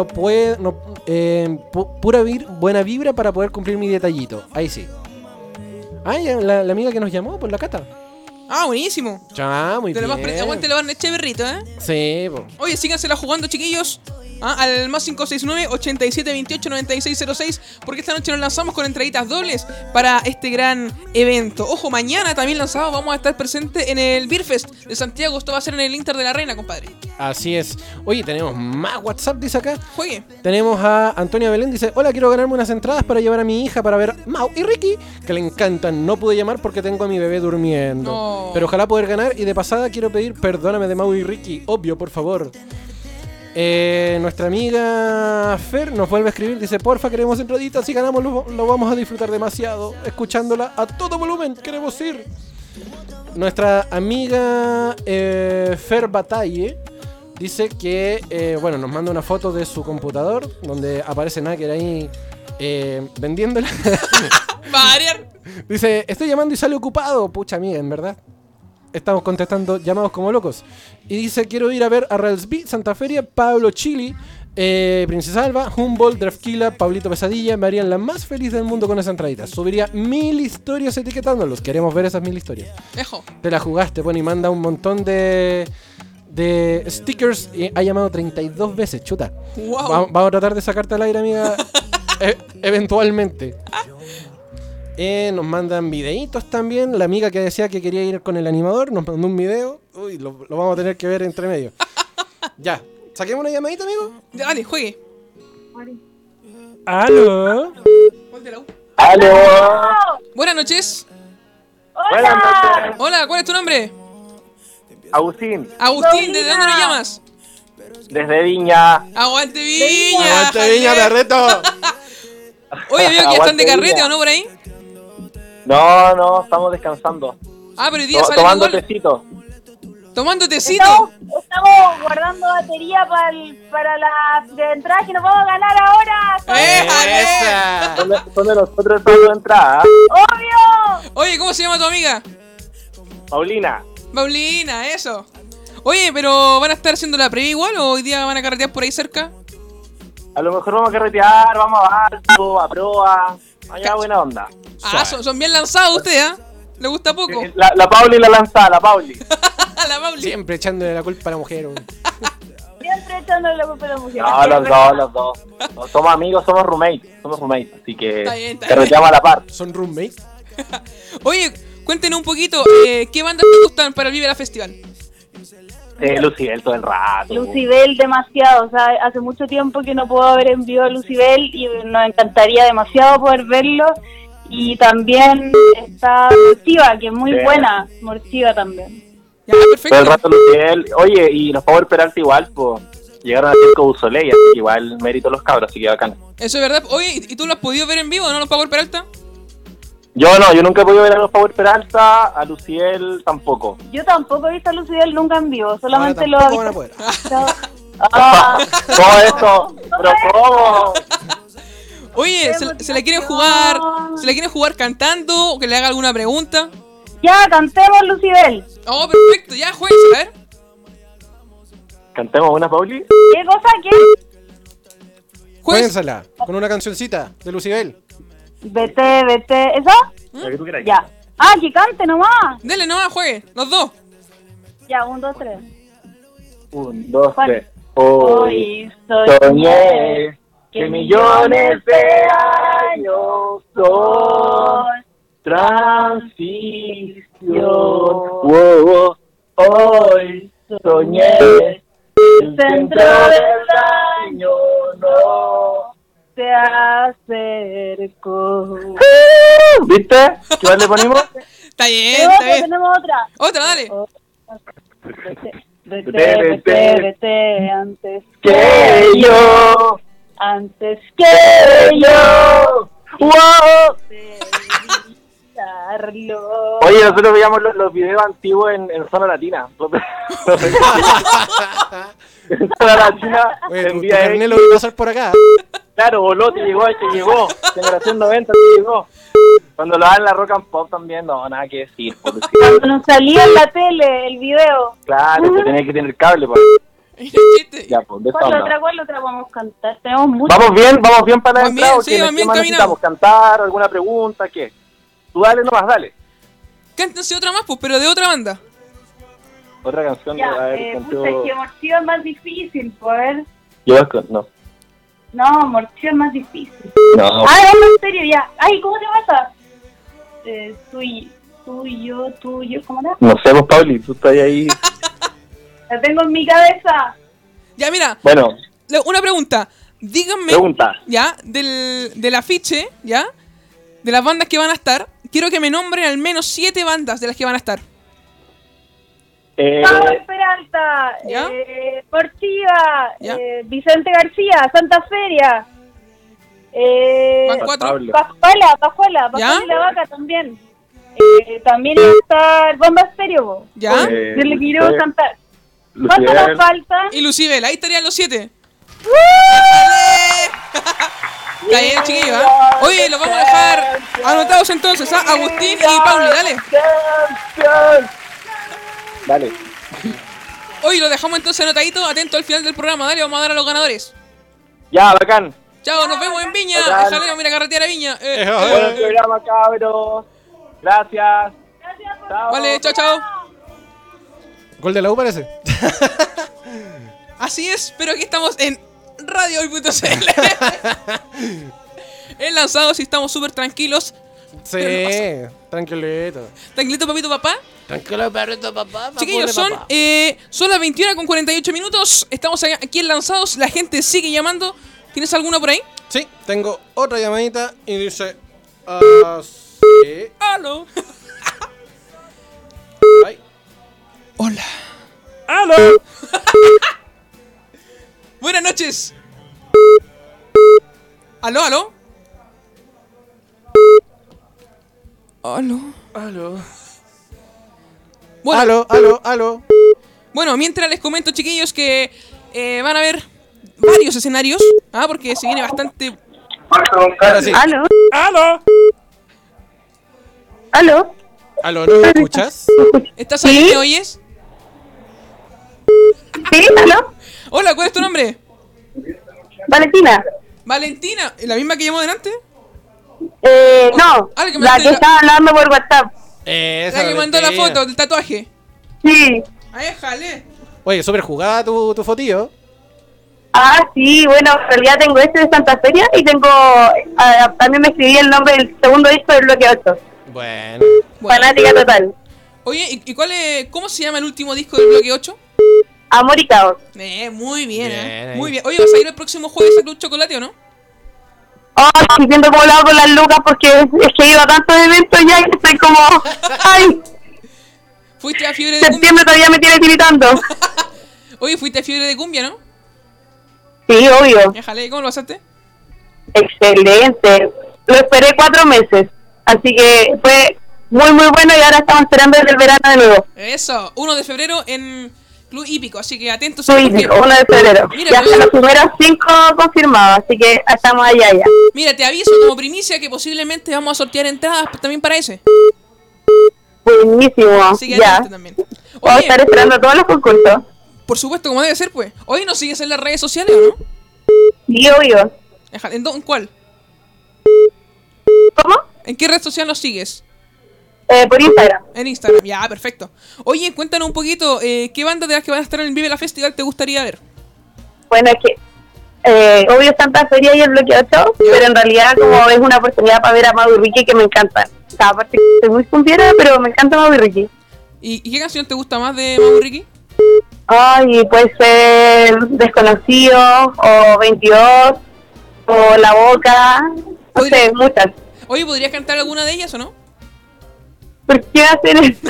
Buena vibra para poder cumplir mi detallito. Ahí sí. Ah, ya, la amiga que nos llamó por la Cata. Ah, buenísimo. Ya, muy bien. Aguante la Barnechea Berrito, ¿eh? Sí, po. Oye, sígansela jugando, chiquillos. Al más 569-8728-9606. Porque esta noche nos lanzamos con entraditas dobles para este gran evento. Ojo, mañana también lanzado vamos a estar presentes en el Beer Fest de Santiago. Esto va a ser en el Inter de la Reina, compadre. Así es. Oye, tenemos más WhatsApp, dice acá. Juegue. Tenemos a Antonia Belén, dice, hola, quiero ganarme unas entradas para llevar a mi hija para ver Mau y Ricky, que le encantan. No pude llamar porque tengo a mi bebé durmiendo. No. Pero ojalá poder ganar, y de pasada quiero pedir perdóname de Mau y Ricky. Obvio, por favor. Nuestra amiga Fer nos vuelve a escribir, dice, porfa, queremos entraditas, si ganamos lo vamos a disfrutar demasiado, escuchándola a todo volumen, queremos ir. Nuestra amiga Fer Bataille dice que, bueno, nos manda una foto de su computador donde aparece Nacker ahí vendiéndola. Variar. Dice, estoy llamando y sale ocupado. Pucha amiga, en verdad estamos contestando llamados como locos. Y dice, quiero ir a ver a Ralsby, Santa Feria, Pablo Chili, Princesa Alba, Humboldt, Drafkila, Pablito Pesadilla. Me harían la más feliz del mundo con esa entradita. Subiría 1000 historias etiquetándolos. Queremos ver esas 1000 historias. Ejo. Te la jugaste, bueno, y manda un montón de stickers. Y ha llamado 32 veces, chuta. Wow. Vamos a tratar de sacarte al aire, amiga. Eventualmente. Nos mandan videitos también. La amiga que decía que quería ir con el animador nos mandó un video. Uy, lo vamos a tener que ver entre medio. Ya, saquemos una llamadita, amigo. Dale, juegue. ¿Aló? ¡Aló! Buenas noches. Buenas noches. Hola, ¿cuál es tu nombre? Agustín, Agustín, ¿desde dónde nos llamas? desde Viña. ¡Aguante Viña! ¡Aguante Viña, perreto! Oye, veo que están de Aguante carrete, Viña. ¿o no, por ahí? No, estamos descansando. Ah, pero hoy día salen Tomando igual. tecito. Tomando tecito. Estamos guardando batería para las de entrada que nos vamos a ganar ahora. ¡Esa! Son de nosotros todos de entrada. ¡Obvio! Oye, ¿cómo se llama tu amiga? Paulina. Paulina, eso. Oye, pero ¿van a estar haciendo la previa igual o hoy día van a carretear por ahí cerca? A lo mejor vamos a carretear, vamos a Alto, a Proa. Allá buena onda. Ah, son bien lanzados ustedes, ¿eh? ¿Le gusta poco? La Pauli la lanzada, la Pauli. La Pauli. Siempre echándole la culpa a la mujer. Güey. Siempre echándole la culpa a la mujer. No, los dos. No, somos amigos, somos roommates, así que Está bien. carreteamos a la par. ¿Son roommates? Oye, cuéntenos un poquito, ¿qué bandas te gustan para el Vive la Festival? Lucibel todo el rato. Lucibel demasiado, o sea, hace mucho tiempo que no puedo ver en vivo a Lucibel y nos encantaría demasiado poder verlo. Y también está Mortiva, que es muy buena, Mortiva también. Ya, perfecto. Todo el rato Lucibel. Oye, y los Power Peralta igual, pues llegaron a Circo du Soleil, así que igual mérito los cabros, así que bacán. Eso es verdad. Oye, ¿y tú lo has podido ver en vivo, no, los Power Peralta? Yo nunca he podido ver a los Power Peralta, a Lucibel tampoco. Yo tampoco he visto a Lucibel nunca en vivo, solamente lo he Van a poder. visto. Ah, ¿Cómo esto? ¿Pero cómo? Oye, ¿se la quieren jugar? ¿Se la quieren jugar cantando o que le haga alguna pregunta? ya, cantemos Lucibel. Oh, perfecto, ya, juegues, a ver. ¿Cantemos una, Pauli? ¿Qué cosa? ¿Qué? Juegues. Juéguensela con una cancioncita de Lucibel. Vete, ¿esa? La que tú quieras. Ya. Ah, que cante nomás. Dele nomás, juegue, los dos. Ya, 1, 2, 3. 1, 2, Juan. 3. Hoy soñé que millones de años son transición. Wow, hoy soñé el centro del daño no se acercó. ¿Viste? ¿Qué más le ponemos? Está bien, está bien. Tenemos otra. Otra, dale. Vete, antes Que yo, antes que yo. wow, olvidarlo. Oye, nosotros veíamos los videos antiguos en Zona Latina. En Zona Latina, Oye, tu envía carnet lo X. voy a pasar por acá. Claro, voló, te llegó. Generación 90 te llegó. Cuando lo dan en la Rock and Pop también, no, nada que decir. Porque sí, Cuando nos salía en la tele el video. claro, se tenía que tener cable. Pues. Y no chiste. Ya, pues, de esa ¿Cuál onda. otra vamos a cantar? Tenemos mucho. Vamos bien para la Vamos bien, entrada. sí, vamos bien necesitamos cantar, alguna pregunta, ¿qué? Tú dale nomás, dale. Cántense otra más, pues, pero de otra banda. Otra canción, Ya, a ver, puta, es que Morcillo es más difícil, pues. no. No, Morcillo es más difícil. No, Ah, no, en serio, ya. Ay, ¿cómo te pasa? Tuyo, ¿cómo era? no sé, pues, Pauli, tú estás ahí. La tengo en mi cabeza. Ya, mira, Bueno, una pregunta. Díganme, pregunta. ya, del afiche, ya, de las bandas que van a estar. Quiero que me nombren al menos 7 bandas de las que van a estar. Pablo Peralta, ¿Ya? Portiva, ¿Ya? Vicente García, Santa Feria, Van 4. Pablo. Pajuela ¿Ya? y la Vaca también. También va a estar Bomba Estéreo, po. ¿Ya? Yo le quiero cantar. ¿Cuánto Lucibel. nos falta? Y Lucibel, ahí estarían los 7. Está bien, chiquillos, ¿ah? Oye, los vamos a dejar anotados entonces, ¿ah? Agustín y Pauli, dale. Dale. Hoy lo dejamos entonces anotadito, atento al final del programa, dale, vamos a dar a los ganadores. Ya, bacán. Chao, nos vemos en Viña. Bacán. Jaleo, mira, carretera Viña. Buen programa, cabros. Gracias. Chao. Vale, chao, chao. Gol de la U parece. Así es, pero aquí estamos en radiohoy.cl. En Lanzados y estamos súper tranquilos. Sí, tranquilito. Tranquilito, papito, papá. Tranquilo, perrito, papá. Chiquillos, son las 21:48 minutos. Estamos aquí en Lanzados. La gente sigue llamando. ¿Tienes alguna por ahí? Sí, tengo otra llamadita y dice así. ¡Aló! Ay. Hola. ¡Aló! Buenas noches. ¿Aló, aló? ¿Aló? ¡Aló! Bueno, ¡Aló! bueno, mientras les comento, chiquillos, que van a haber varios escenarios. Porque se viene bastante... Ahora sí. ¿Aló? ¡Aló! ¿Aló? ¿Aló? ¿No me escuchas? ¿Estás ahí? ¿Me oyes? ¿Sí? ¿Aló? Hola, ¿cuál es tu nombre? Valentina. Valentina, ¿la misma que llamó delante? No, Ah, la que me la mandaste que la- estaba hablando por WhatsApp. Esa La que mandó la Valentina. foto del tatuaje. Sí. Ahí, jale. Oye, súper jugada tu fotillo. Ah, sí, bueno, en realidad tengo este de Santa Feria y tengo... también me escribí el nombre del segundo disco del bloque 8. Bueno. Bueno. Fanática total. Oye, ¿y cuál es, cómo se llama el último disco del bloque 8? Amor y caos. Muy bien, Bien, ahí. muy bien. Oye, ¿vas a ir el próximo jueves a Club Chocolate o no? Oh, estoy viendo cómo lo hago con las lucas porque es que he ido a tantos eventos ya que estoy como... ¡Ay! Fuiste a Fiebre de Cumbia. Septiembre todavía me tiene tiritando. Oye, fuiste a Fiebre de Cumbia, ¿no? Sí, obvio. Jale, ¿cómo lo pasaste? Excelente. Lo esperé 4 meses. Así que fue muy, muy bueno y ahora estamos esperando desde el verano de nuevo. Eso, 1 de febrero en Club Hípico, así que atentos. Soy porque- 1 de febrero. Mira, Ya pero- están los primeros 5 confirmados, así que estamos allá ya. Mira, te aviso como primicia que posiblemente vamos a sortear entradas también para ese. Buenísimo. Así que Ya. atento también. Vamos a estar Oye, esperando todos los concursos. por supuesto, como debe ser, pues. Hoy nos sigues en las redes sociales, ¿o no? Sí, obvio. ¿En cuál? ¿Cómo? ¿En qué red social nos sigues? Por Instagram. En Instagram, ya, perfecto. Oye, cuéntanos un poquito, ¿qué banda de las que van a estar en el Vive la Festival te gustaría ver? Bueno, es que obvio Santa Feria y el bloque 8, pero en realidad como es una oportunidad para ver a Mau y Ricky que me encantan. O sea, aparte que soy muy cumbiera, pero me encanta Mau y Ricky. ¿Y qué canción te gusta más de Mau y Ricky? Ay, puede ser Desconocido, o 22, o La Boca, no sé, muchas. Oye, ¿podrías cantar alguna de ellas o no? ¿Por qué hacen eso?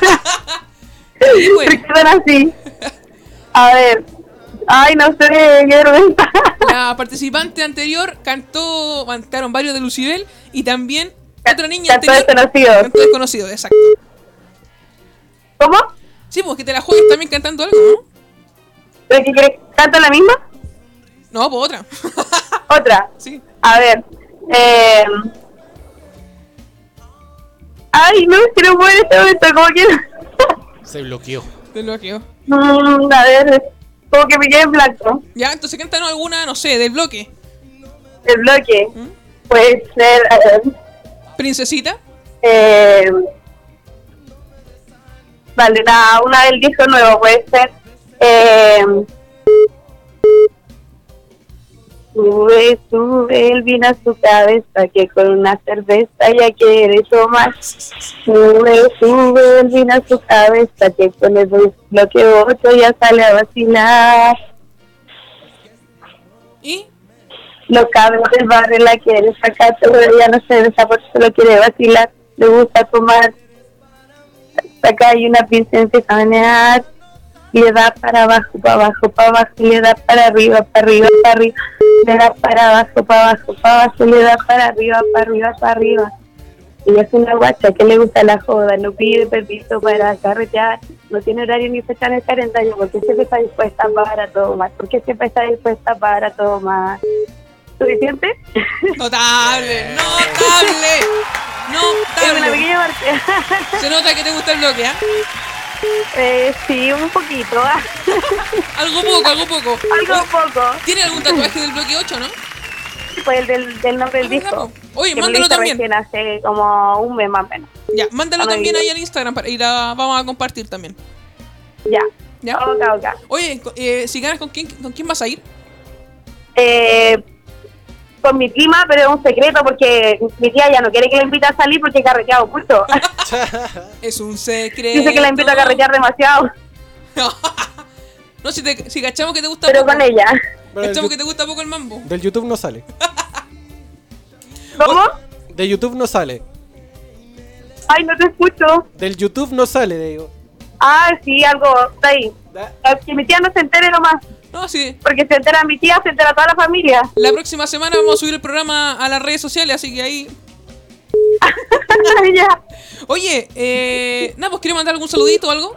Sí, pues. ¿Por qué son así? A ver, ay, no sé, qué vergüenza. La participante anterior cantaron varios de Lucibel y también Otra niña Canto anterior. desconocido. Canto desconocido, exacto. ¿Cómo? Sí, pues que te la juegues también cantando algo, ¿no? ¿Pero qué quieres? ¿Canto la misma? No, pues otra. Otra. Sí. A ver. Ay, no, es que no puedo en este momento, como que... Se bloqueó. Te bloqueo. A ver, como que me quedé en blanco. Ya, entonces cántanos alguna, no sé, del bloque. El bloque ¿Mm? puede ser... Princesita. Vale, una del disco nuevo puede ser... Sube el vino a su cabeza, que con una cerveza ya quiere tomar. Sube el vino a su cabeza, que con el bloque 8 ya sale a vacilar. ¿Y? Los cabros del barrio la quieren sacar, pero ella no se besa porque solo quiere vacilar. Le gusta tomar. Acá hay una pincel, empieza a menear. Le da para abajo, le da para arriba, le da para abajo, le da para arriba. Ella es una guacha que le gusta la joda, no pide permiso para carretear, no tiene horario ni fecha en el calendario, porque siempre está dispuesta para tomar, ¿Suficiente? Notable. Es una pequeña parte. Se nota que te gusta el bloque, ¿ah? Sí, un poquito. Algo poco. Algo poco. ¿Tiene algún tatuaje del bloque 8, no? Pues el del nombre del disco. Bravo. Oye, que mándalo me lo hice también. recién hace como un mes más o menos. Ya, mándalo Ah, también no, ahí al Instagram y la vamos a compartir también. Ya. ¿Ya? Ok. Oye, si ganas, ¿con quién vas a ir? Con mi prima, pero es un secreto porque mi tía ya no quiere que la invite a salir porque he carreteado mucho. Es un secreto. Dice que la invito a carretear demasiado, No, si cachamos que te gusta pero poco. con ella. Cachamos que te gusta poco el mambo. Del YouTube no sale. ¿Cómo? De YouTube no sale. Ay, no te escucho. Del YouTube no sale, digo. Ah, sí, algo está ahí. Que mi tía no se entere nomás. No, sí. Porque se entera mi tía, se entera toda la familia. La próxima semana vamos a subir el programa a las redes sociales, así que ahí... Ya. Oye, nada, pues ¿quieres mandar algún saludito o algo?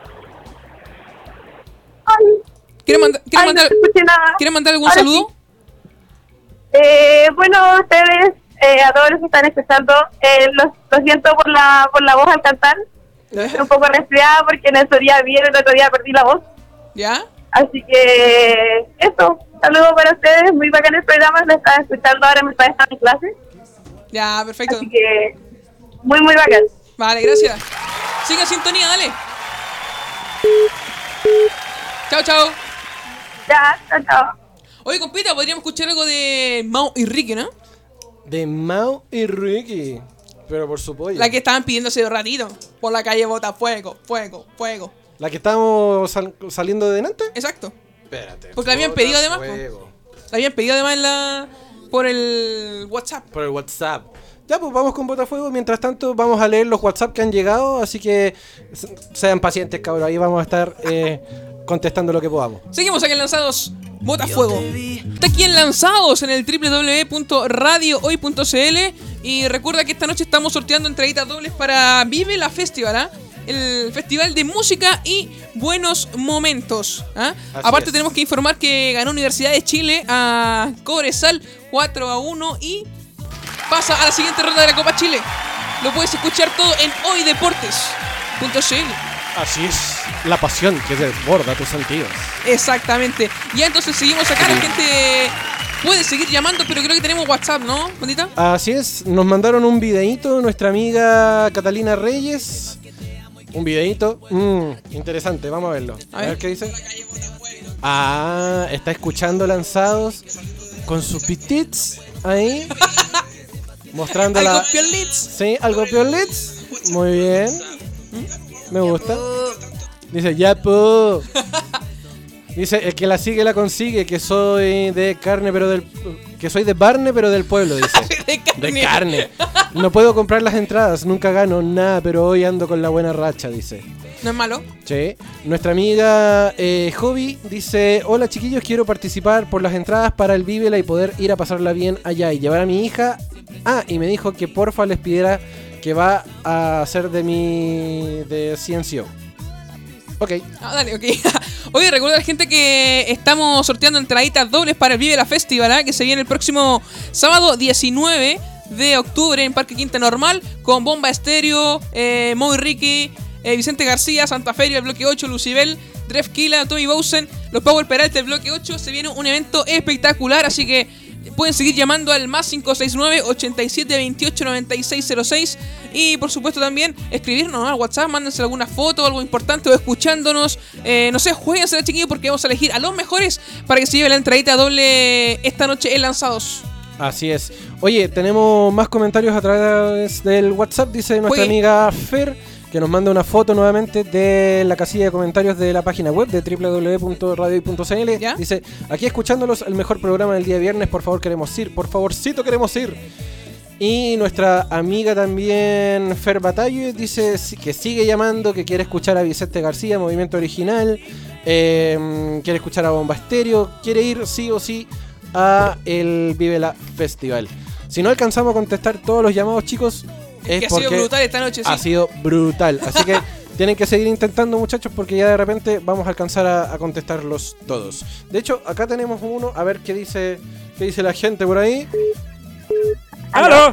Ay, ¿Quieres no te escuché nada. mandar algún Ahora saludo? sí. Bueno, ustedes, a todos los que están escuchando, lo siento por la voz al cantar. Estoy un poco resfriada porque en estos días bien, el otro día perdí la voz. ¿Ya? Así que eso, saludos para ustedes, muy bacán el programa, lo estaba escuchando ahora mientras estaba en clase. Ya, perfecto. Así que muy bacán. Vale, gracias. Sigue en sintonía, dale. Chao. Ya, chao. Oye, compita, podríamos escuchar algo de Mau y Ricky, ¿no? De Mau y Ricky. Pero por su pollo. La que estaban pidiendo hace ratito. Por la calle bota fuego. La que estábamos saliendo de delante. Exacto. Espérate. Porque la habían pedido además, fuego. La habían pedido además por el WhatsApp. Por el WhatsApp. Ya, pues vamos con Botafuego. Mientras tanto, vamos a leer los WhatsApp que han llegado. Así que sean pacientes, cabros. Ahí vamos a estar contestando lo que podamos. Seguimos aquí en Lanzados Botafuego. Está aquí en Lanzados en el www.radiohoy.cl. Y recuerda que esta noche estamos sorteando entraditas dobles para Vive la Festival, ¿ah? El festival de música y buenos momentos, ¿ah? Aparte tenemos que informar que ganó Universidad de Chile a Cobresal 4-1 y pasa a la siguiente ronda de la Copa Chile. Lo puedes escuchar todo en hoydeportes.cl. Así es, la pasión que desborda tus sentidos. Exactamente. Ya entonces seguimos acá, la gente puede seguir llamando, pero creo que tenemos WhatsApp, ¿no, bandita? Así es, nos mandaron un videíto nuestra amiga Catalina Reyes. Un videíto, interesante, vamos a verlo. A ver qué dice. Ah, está escuchando Lanzados con sus pitits ahí. Mostrando Algo la... piolits. Sí, algo piolits. Muy bien. Me gusta. Dice, ya po. Dice, el que la sigue la consigue, que soy de carne, pero del... Que soy de Barne, pero del pueblo, dice. De carne. No puedo comprar las entradas, nunca gano nada, pero hoy ando con la buena racha, dice. No es malo. Sí. Nuestra amiga Hobby dice, hola chiquillos, quiero participar por las entradas para el Vívela y poder ir a pasarla bien allá y llevar a mi hija Ah, y me dijo que porfa les pidiera que va a hacer de CNCO. Ok. Ah, dale, ok. Oye, recuerda a la gente que estamos sorteando entraditas dobles para el Vive la Festival, que se viene el próximo sábado 19 de octubre en Parque Quinta Normal, con Bomba Estéreo, Mo y Ricky, Vicente García, Santa Feria, el Bloque 8, Lucibel, Drefkila, Tommy Bowsen, los Power Peralta, el Bloque 8. Se viene un evento espectacular, así que pueden seguir llamando al más 569-8728-9606 y por supuesto también escribirnos, ¿no?, al WhatsApp, mándense alguna foto, algo importante, o escuchándonos, no sé, jueguensela, chiquillos, porque vamos a elegir a los mejores para que se lleve la entradita doble esta noche en Lanzados. Así es. Oye, tenemos más comentarios a través del WhatsApp, dice nuestra amiga Fer, que nos manda una foto nuevamente de la casilla de comentarios de la página web de www.radiohoy.cl. ¿Ya? Dice, aquí escuchándolos, el mejor programa del día viernes, por favor queremos ir, por favorcito queremos ir. Y nuestra amiga también, Fer Batalle, dice que sigue llamando, que quiere escuchar a Vicente García, Movimiento Original, quiere escuchar a Bomba Estéreo, quiere ir sí o sí a el Vive la Festival. Si no alcanzamos a contestar todos los llamados, chicos, es que ha sido brutal esta noche, sí. Ha sido brutal, así que tienen que seguir intentando, muchachos, porque ya de repente vamos a alcanzar a contestarlos todos. De hecho, acá tenemos uno, a ver qué dice la gente por ahí. ¡Aló!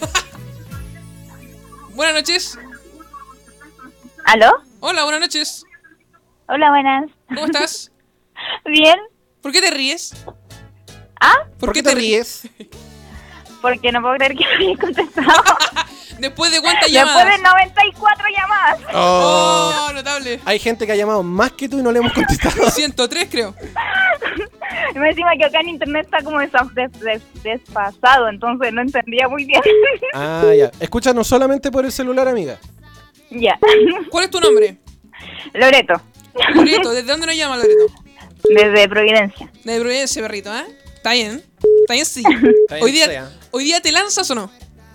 Buenas noches. ¿Aló? Hola, buenas noches. Hola, buenas. ¿Cómo estás? Bien. ¿Por qué te ríes? ¿Ah? ¿Por qué te ríes? Porque no puedo creer que me hayas contestado. ¿Después de cuántas llamadas? Después de 94 llamadas. Oh, notable. Hay gente que ha llamado más que tú y no le hemos contestado. 103, creo. Y me encima que acá en internet está como desfasado, entonces no entendía muy bien. Ah, ya. Escúchanos solamente por el celular, amiga. Ya. ¿Cuál es tu nombre? Loreto. Loreto, ¿desde dónde nos llama Loreto? Desde Providencia. De Providencia, perrito, ¿eh? Está bien. Está bien, sí. Está bien, ¿Hoy día te lanzas o no?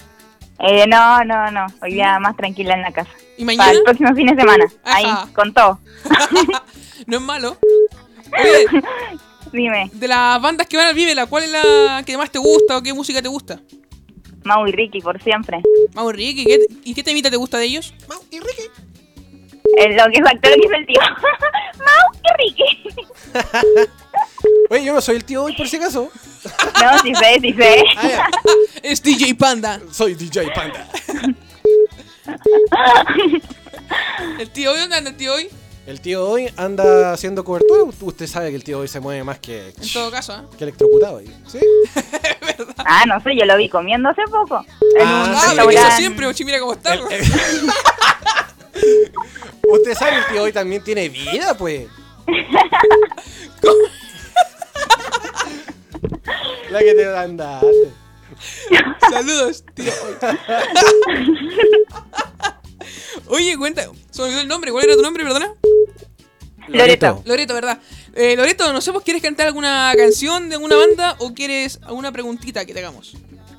No. Hoy día más tranquila en la casa. ¿Y mañana? Para el próximo fin de semana. Ajá. Ahí, con todo. No es malo. Oye, Dime, de las bandas que van al Vívela, ¿cuál es la que más te gusta o qué música te gusta? Mau y Ricky, por siempre. Mau y Ricky, ¿y qué temita te gusta de ellos? Mau y Ricky. Lo que es el tío. Mau y Ricky. Oye, yo no soy el tío hoy, por si acaso. No, sí sé. Ah, ya. Es DJ Panda. Soy DJ Panda. ¿El tío hoy dónde anda el tío hoy? El tío hoy anda haciendo cobertura. Usted sabe que el tío hoy se mueve más que... En todo caso, ¿eh? Que electrocutado ahí. ¿Sí? Ah, no sé, yo lo vi comiendo hace poco. En un Ah, sí. pero que eso restaurante. siempre, Ochi, mira cómo está. Usted sabe que el tío hoy también tiene vida, pues. La que te mandaste. Saludos, tío. Oye, cuenta, se me olvidó el nombre. ¿Cuál era tu nombre, perdona? Loreto. Loreto, ¿verdad? Loreto, no sé, ¿vos quieres cantar alguna canción de alguna banda o quieres alguna preguntita que te hagamos?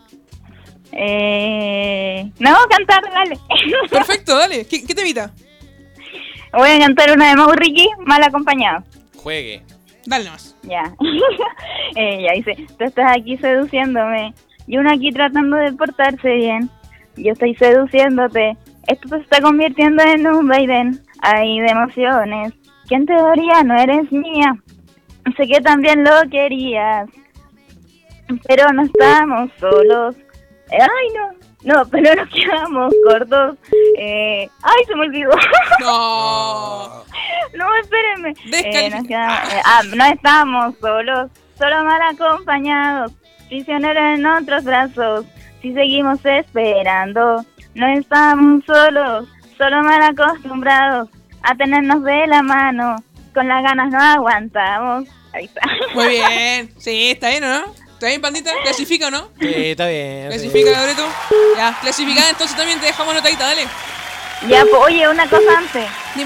No, cantar, dale. Perfecto, dale. ¿Qué temita? Voy a cantar una de Mau y Ricky, Mal Acompañado. Juegue. Dale nomás. Ya. Ya dice, tú estás aquí seduciéndome y uno aquí tratando de portarse bien. Yo estoy seduciéndote. Esto se está convirtiendo en un vaivén ahí de emociones que en teoría no eres mía. Sé que también lo querías, pero no estamos solos. Pero nos quedamos cortos. Ay, se me olvidó. No. No, espérenme. Descalificado. No estamos solos, solo mal acompañados, prisioneros en otros brazos. Si seguimos esperando, no estamos solos, solo mal acostumbrados a tenernos de la mano. Con las ganas no aguantamos. Ahí está. Muy bien. Sí, está bien, ¿o no? ¿Está bien, pandita? ¿Clasifica o no? Sí, está bien. ¿Clasifica, Loreto? Ya, clasificada, entonces también te dejamos notadita, dale. Ya, pues, oye, una cosa antes. Dime.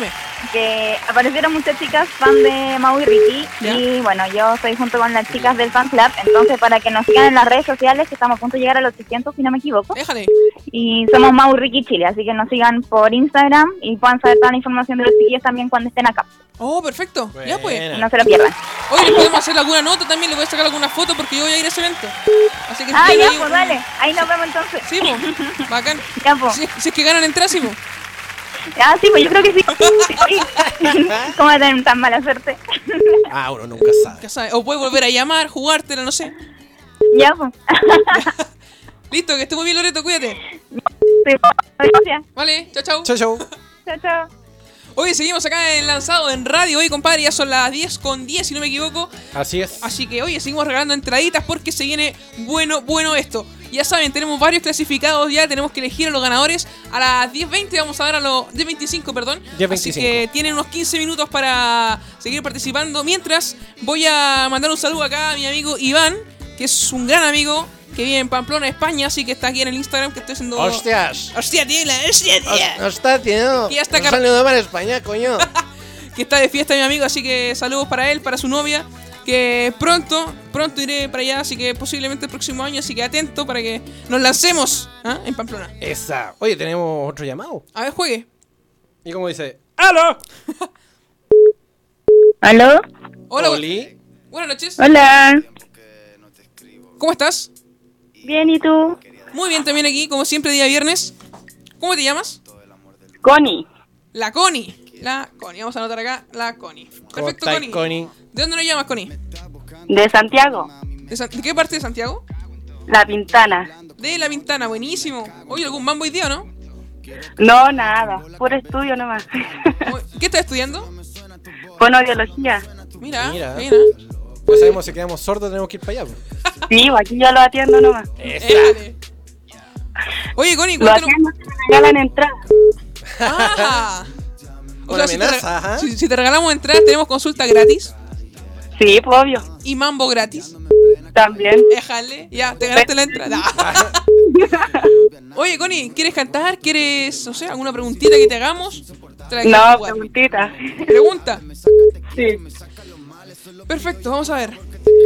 que aparecieron muchas chicas fan de Mau y Ricky. ¿Ya? Y bueno, yo estoy junto con las chicas del fan club. Entonces, para que nos sigan en las redes sociales, que estamos a punto de llegar a los 800, si no me equivoco. Déjale. Y somos Mau y Ricky Chile, así que nos sigan por Instagram y puedan saber toda la información de los chiquillos también cuando estén acá. Oh, perfecto. Ya pues. Y no se lo pierdan. Oye, ¿le podemos hacer alguna nota también? Le voy a sacar alguna foto porque yo voy a ir a ese evento. Así que si Ah, tiene ya, ahí pues un- dale. Ahí nos vemos entonces. Sí, pues. Bacán. Ya, pues. Si es que ganan entradas, sí, pues. Ah, sí, pues yo creo que sí. Sí. ¿Cómo tener tan mala suerte? Ah, uno nunca sabe. Ya sabes. O puedes volver a llamar, jugártela, no sé. Ya, pues. Listo, que esté muy bien, Loreto, cuídate. Sí, gracias. Vale, chao, chao. Chau, chau. Chao, chao. Hoy seguimos acá en Lanzado en radio. Hoy, compadre, ya son las 10:10, si no me equivoco. Así es. Así que, oye, seguimos regalando entraditas porque se viene bueno esto. Ya saben, tenemos varios clasificados ya. Tenemos que elegir a los ganadores. A las 10:20 vamos a dar a los 10:25, perdón. 10:25. Así que tienen unos 15 minutos para seguir participando. Mientras, voy a mandar un saludo acá a mi amigo Iván, que es un gran amigo que vive en Pamplona, España. Así que está aquí en el Instagram que estoy haciendo... ¡Hostias! ¡Hostia, tío! ¡Hostia, tío! ¡Hostia, tío! Y ya está Un saludo para España, coño. Que está de fiesta mi amigo, así que saludos para él, para su novia, que pronto iré para allá, así que posiblemente el próximo año, así que atento para que nos lancemos en Pamplona. Esa. Oye, tenemos otro llamado. A ver, juegue. Y como dice, ¡aló! ¿Aló? Hola, Oli. buenas noches. Hola. ¿Cómo estás? Bien, ¿y tú? Muy bien también aquí, como siempre, día viernes. ¿Cómo te llamas? Connie. La Connie. La Connie, vamos a anotar acá, la Connie. ¿Cómo Perfecto, estáis, Connie. Connie? ¿De dónde nos llamas, Connie? De Santiago. ¿De qué parte de Santiago? La Pintana. De La Pintana, buenísimo. Oye, ¿algún mambo hoy día o no? No, nada. Puro estudio nomás. ¿Qué estás estudiando? Fonoaudiología. Mira, Mira. mira. Pues sabemos si quedamos sordos tenemos que ir para allá. Pues. Sí, aquí yo lo atiendo nomás. Éjale. Oye, Connie, Lo cuéntanos. atiendo si me regalan entrada. Ah. O Una sea, amenaza, ajá. si te regalamos entradas, tenemos consulta gratis Sí, pues obvio. y mambo gratis. También. Déjale, ya, te ganaste la entrada. Oye, Connie, ¿quieres cantar? ¿Quieres, no sé, alguna preguntita que te hagamos? Te la dejamos No, jugar. preguntita. Pregunta. Sí. Perfecto, vamos a ver.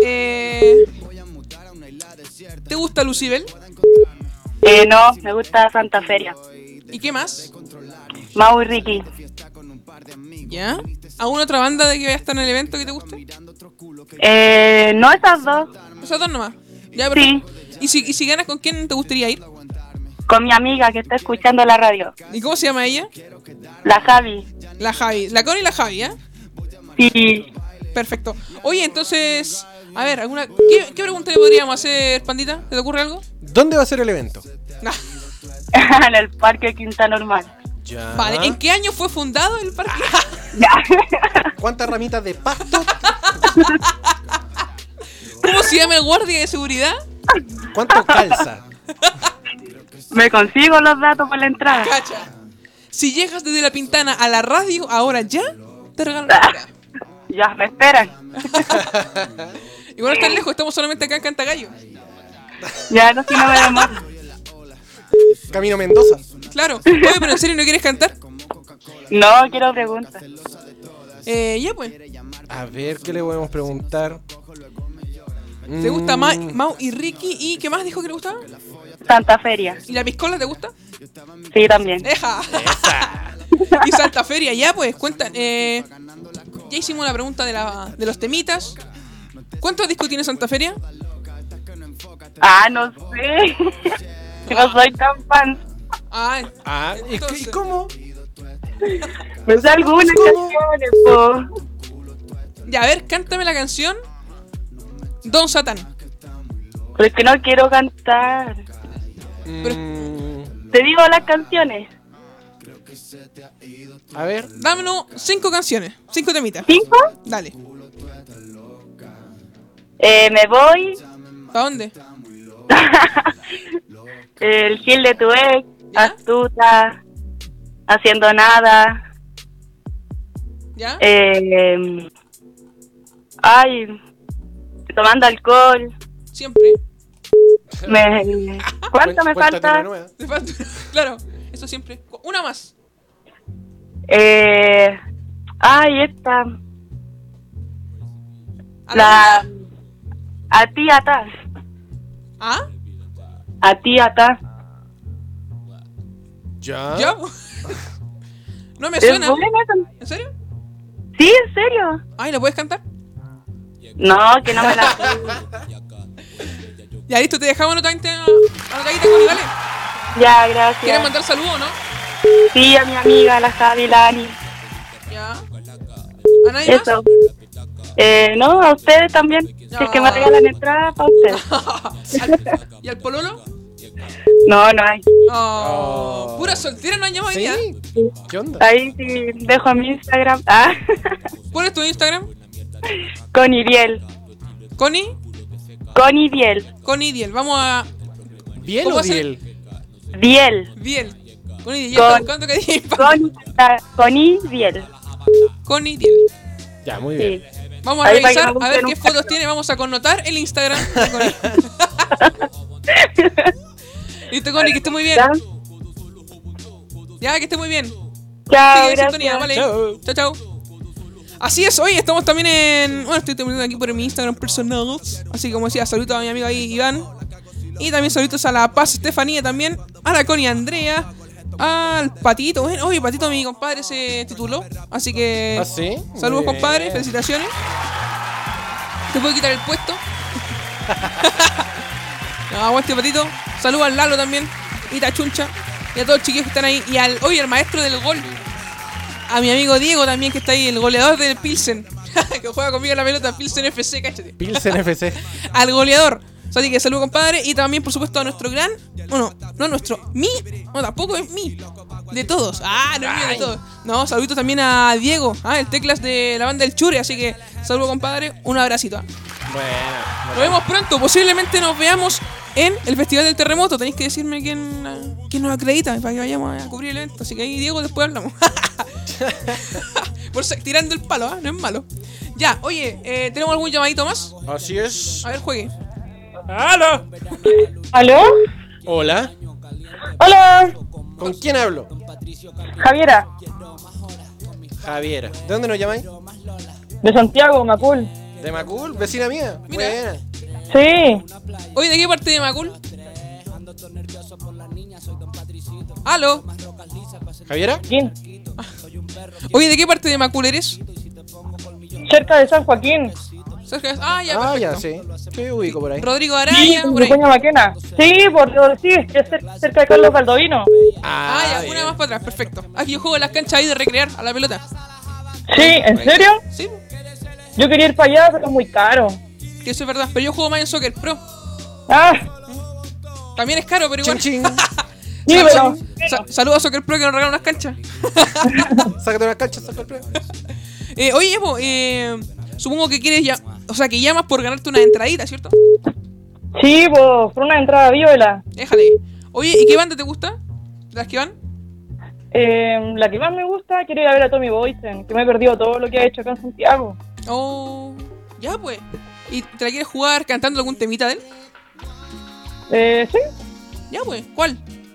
¿Te gusta Lucibel? No, me gusta Santa Feria. ¿Y qué más? Mau y Ricky. ¿Ya? ¿Alguna otra banda de que vaya a estar en el evento que te guste? No, esas dos. Esas dos nomás. Ya, Sí. perfecto. ¿Y si ganas, con quién te gustaría ir? Con mi amiga que está escuchando la radio. ¿Y cómo se llama ella? La Javi. La Javi. La Connie y la Javi, ¿eh? Sí. Perfecto. Oye, entonces, a ver, ¿qué pregunta le podríamos hacer, Pandita? ¿Te ocurre algo? ¿Dónde va a ser el evento? Nah. En el Parque Quinta Normal. Ya. Vale, ¿en qué año fue fundado el parque? Ya. ¿Cuántas ramitas de pasto? ¿Cómo se llama el guardia de seguridad? ¿Cuánto calza? Me consigo los datos para la entrada. Cacha. Si llegas desde La Pintana a la radio, ahora ya, te regalo una entrada. Ya, me esperan. Igual no están lejos, estamos solamente acá en Cantagallo. Ya, no, si no me demoro. Camino Mendoza. Claro. Oye, pero en serio, ¿no quieres cantar? No, quiero preguntas. Ya pues. A ver, ¿qué le podemos preguntar? ¿Te gusta Mau y Ricky? ¿Y qué más dijo que le gustaba? Santa Feria. ¿Y la piscola te gusta? Sí, también. ¡Deja! Y Santa Feria, ya pues, cuenta. Ya hicimos la pregunta de los temitas. ¿Cuántos discos tiene Santa Feria? Ah, no sé. No soy tan fan. Ah, ¿y entonces- cómo? No sé algunas ¿Cómo? canciones, po. Ya, a ver, cántame la canción Don Satán. Pero es que no quiero cantar. Te digo las canciones. A ver. Dámonos 5 canciones, 5 temitas. ¿5? Dale. Me voy. ¿Para dónde? El Gil de tu ex. ¿Ya? Astuta. Haciendo nada. ¿Ya? Ay. Tomando alcohol. Siempre. ¿Cuánto me Cuéntate falta? una nueva. Te falta- Claro, eso siempre. Una más. Ay, esta. La... A ti ata. ¿Ah? A ti ata. ¿Ya? ¿Ya? No me ¿Es suena. buena esa? ¿En serio? Sí, en serio. Ay, ¿la puedes cantar? No, que no me la... Ya, listo, te dejamos anotadita, Connie, dale. Ya, gracias. ¿Quieres mandar saludos o no? Sí, a mi amiga, la Javi, la Ani. Ya. ¿A nadie más? Eso. No, a ustedes también. Si es que me regalan entrada, para ustedes. ¿Y al pololo? No, no hay. Oh. Pura soltera no han llamado hoy día. ¿Sí? ¿Qué onda? Ahí sí, dejo mi Instagram. Ah. ¿Cuál es tu Instagram? Connie Diel. ¿Connie? Connie Diel. Connie Diel. Vamos a... ¿Biel ¿Cómo o hace? Biel? Diel. Biel. Connie Diel. ¿Cuánto que dije? Connie Diel. Connie Diel. Ya, muy bien. Sí. Vamos a Ahí para que revisar, me a ver busquen qué un- fotos tiene. Vamos a connotar el Instagram de Connie. Listo, Connie, que esté muy bien. ¿Ya? Ya, que esté muy bien. Chao, Sigue en gracias. sintonía, vale. Chao. Chao, chao. Así es, hoy estamos también en... Bueno, estoy terminando aquí por mi Instagram personal. Así que como decía, saludos a mi amigo ahí, Iván. Y también saludos a la Paz Estefanía también. A la Connie Andrea. Al Patito. Bueno, oye, Patito, mi compadre se tituló. Así que... ¿Ah, sí? Saludos, Muy compadre. bien. Felicitaciones. Te puedo quitar el puesto. No, aguante, Patito. Saludos al Lalo también. Y Tachuncha. Y a todos los chiquillos que están ahí. Y al... Oye, el maestro del gol. A mi amigo Diego también, que está ahí, el goleador del Pilsen. Que juega conmigo en la pelota, Pilsen FC, cáchate. Pilsen FC. Al goleador. Así que saludo, compadre. Y también, por supuesto, a nuestro gran... Bueno, no nuestro, mi. No, tampoco es mi. De todos. Ah, no es mío, de todos. No, saluditos también a Diego, el teclas de la banda del Chure. Así que saludo, compadre. Un abracito. Bueno. Nos vemos pronto. Posiblemente nos veamos en el Festival del Terremoto. Tenéis que decirme quién nos acredita para que vayamos a cubrir el evento. Así que ahí, Diego, después hablamos. Por tirando el palo, no es malo. Ya, oye, ¿tenemos algún llamadito más? Así es. A ver, juegue. ¡Aló! ¿Aló? Hola. Hola, ¿Con quién hablo? Javiera, Javiera. ¿De dónde nos llamáis? de Santiago, Macul. ¿De Macul? ¿Vecina mía? Mira. Buena. Sí, Oye, ¿de qué parte de Macul? ¿Aló? ¿Javiera? Joaquín. Oye, ¿de qué parte de Macul eres? Cerca de San Joaquín. Cerca de... Ah, ya, Ah, perfecto. ya, sí. Sí, ubico por ahí. Rodrigo Sí, Araya, por ahí. Vicuña Maquena. Sí, sí, que es cerca de Carlos Baldovino. Ah, ya, bien. una más para atrás, perfecto. Aquí yo juego en las canchas ahí de recrear a la pelota. Sí, ¿en serio? Sí, Yo quería ir para allá, pero es muy caro. que eso es verdad. Pero yo juego más en Soccer Pro. Ah, También es caro, pero igual. Ching, sí, pero... Saludos a Soccer Pro que nos regalan unas canchas. Sácate una cancha, saca el premio. Oye, Evo, supongo que quieres ya... O sea, que llamas por ganarte una entradita, ¿cierto? Sí, pues, por una entrada viola. Déjale. Oye, ¿y qué banda te gusta? ¿De las que van? La que más me gusta, quiero ir a ver a Tommy Boysen, que me he perdido todo lo que ha hecho acá en Santiago. Oh, ya pues. ¿Y te la quieres jugar cantando algún temita de él? Sí, Ya pues, ¿cuál?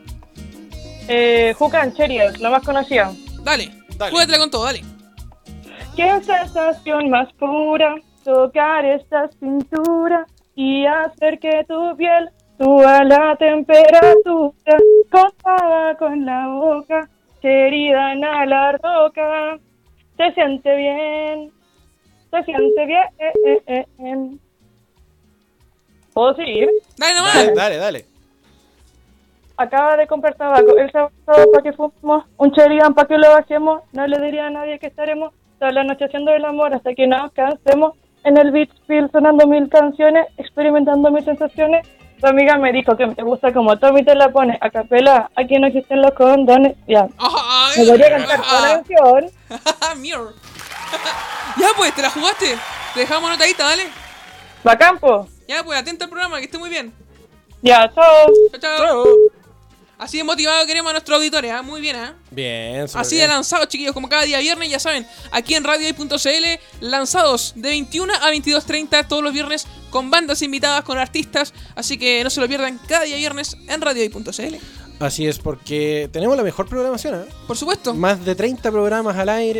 Hook and Chariot, la más conocida. Dale, Dale. júgatela con todo, dale. Qué sensación más pura, tocar esta cintura y hacer que tu piel suba la temperatura, con tabaco en la boca, querida en la roca, se siente bien, se siente bien. ¿Puedo seguir? Dale nomás. Dale. Acaba de comprar tabaco, el sábado para que fumemos, un cherigán para que lo bajemos, no le diría a nadie que estaremos toda la noche haciendo el amor hasta que nos cansemos, en el beach field sonando 1000 canciones, experimentando mis sensaciones. Tu amiga me dijo que me gusta como Tommy te la pone a capela, aquí no existen los condones, ya. Ay, Me podría cantar toda la canción. Mirror. Ya pues, te la jugaste. Te dejamos anotadita, dale. Va campo. Ya pues, atenta al programa, que esté muy bien. Ya, chao. Chao, chao. Así de motivado queremos a nuestros auditores, muy bien, Bien, súper Así bien. de lanzados, chiquillos, como cada día viernes, ya saben, aquí en radiohoy.cl, lanzados de 21 a 22:30 todos los viernes con bandas invitadas, con artistas, así que no se lo pierdan cada día viernes en radiohoy.cl. Así es, porque tenemos la mejor programación, ¿eh? Por supuesto, Más de 30 programas al aire.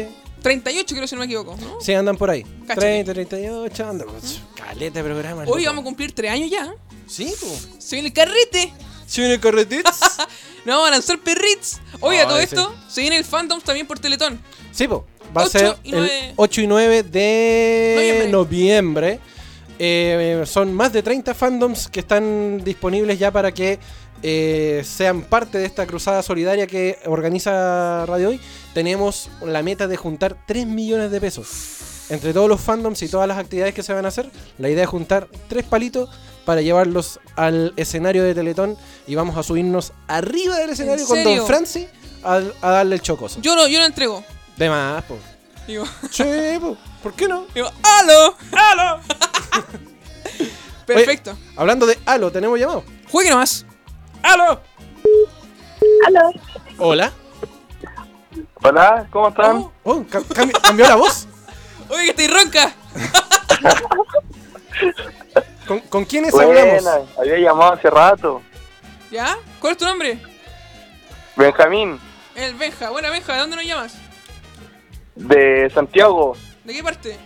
38 creo, si no me equivoco, ¿no? Sí, andan por ahí. Cáchate. 30, 38, andan. Caleta de programa. Hoy vamos a cumplir 3 años ya. Sí, pues. Se viene el carrete. ¿Se viene el carretito? No, vamos a lanzar perrits. Oye, a todo Ay, esto, se viene el fandom también por Teletón. Sí, pues. Va a 8 ser y el 9 8 y 9 de noviembre. Son más de 30 fandoms que están disponibles ya para que sean parte de esta cruzada solidaria que organiza Radio Hoy. Tenemos la meta de juntar 3 millones de pesos. Entre todos los fandoms y todas las actividades que se van a hacer, la idea es juntar 3 palitos para llevarlos al escenario de Teletón y vamos a subirnos arriba del escenario con serio? Don Franci a darle el chocoso. Yo lo entrego. De más, po. Digo, Sí, po. ¿Por qué no? digo, ¡aló! ¡Aló! Perfecto. Oye, hablando de Halo, tenemos llamado. Juegue nomás. ¡Aló! Aló. Hola. Hola, ¿cómo están? Oh, cambió la voz. Oye, que estoy ronca. ¿Con quiénes hablamos? Buena, había llamado hace rato. ¿Ya? ¿Cuál es tu nombre? Benjamín, El Benja. Buena Benja, ¿de dónde nos llamas? de Santiago, ¿De qué parte?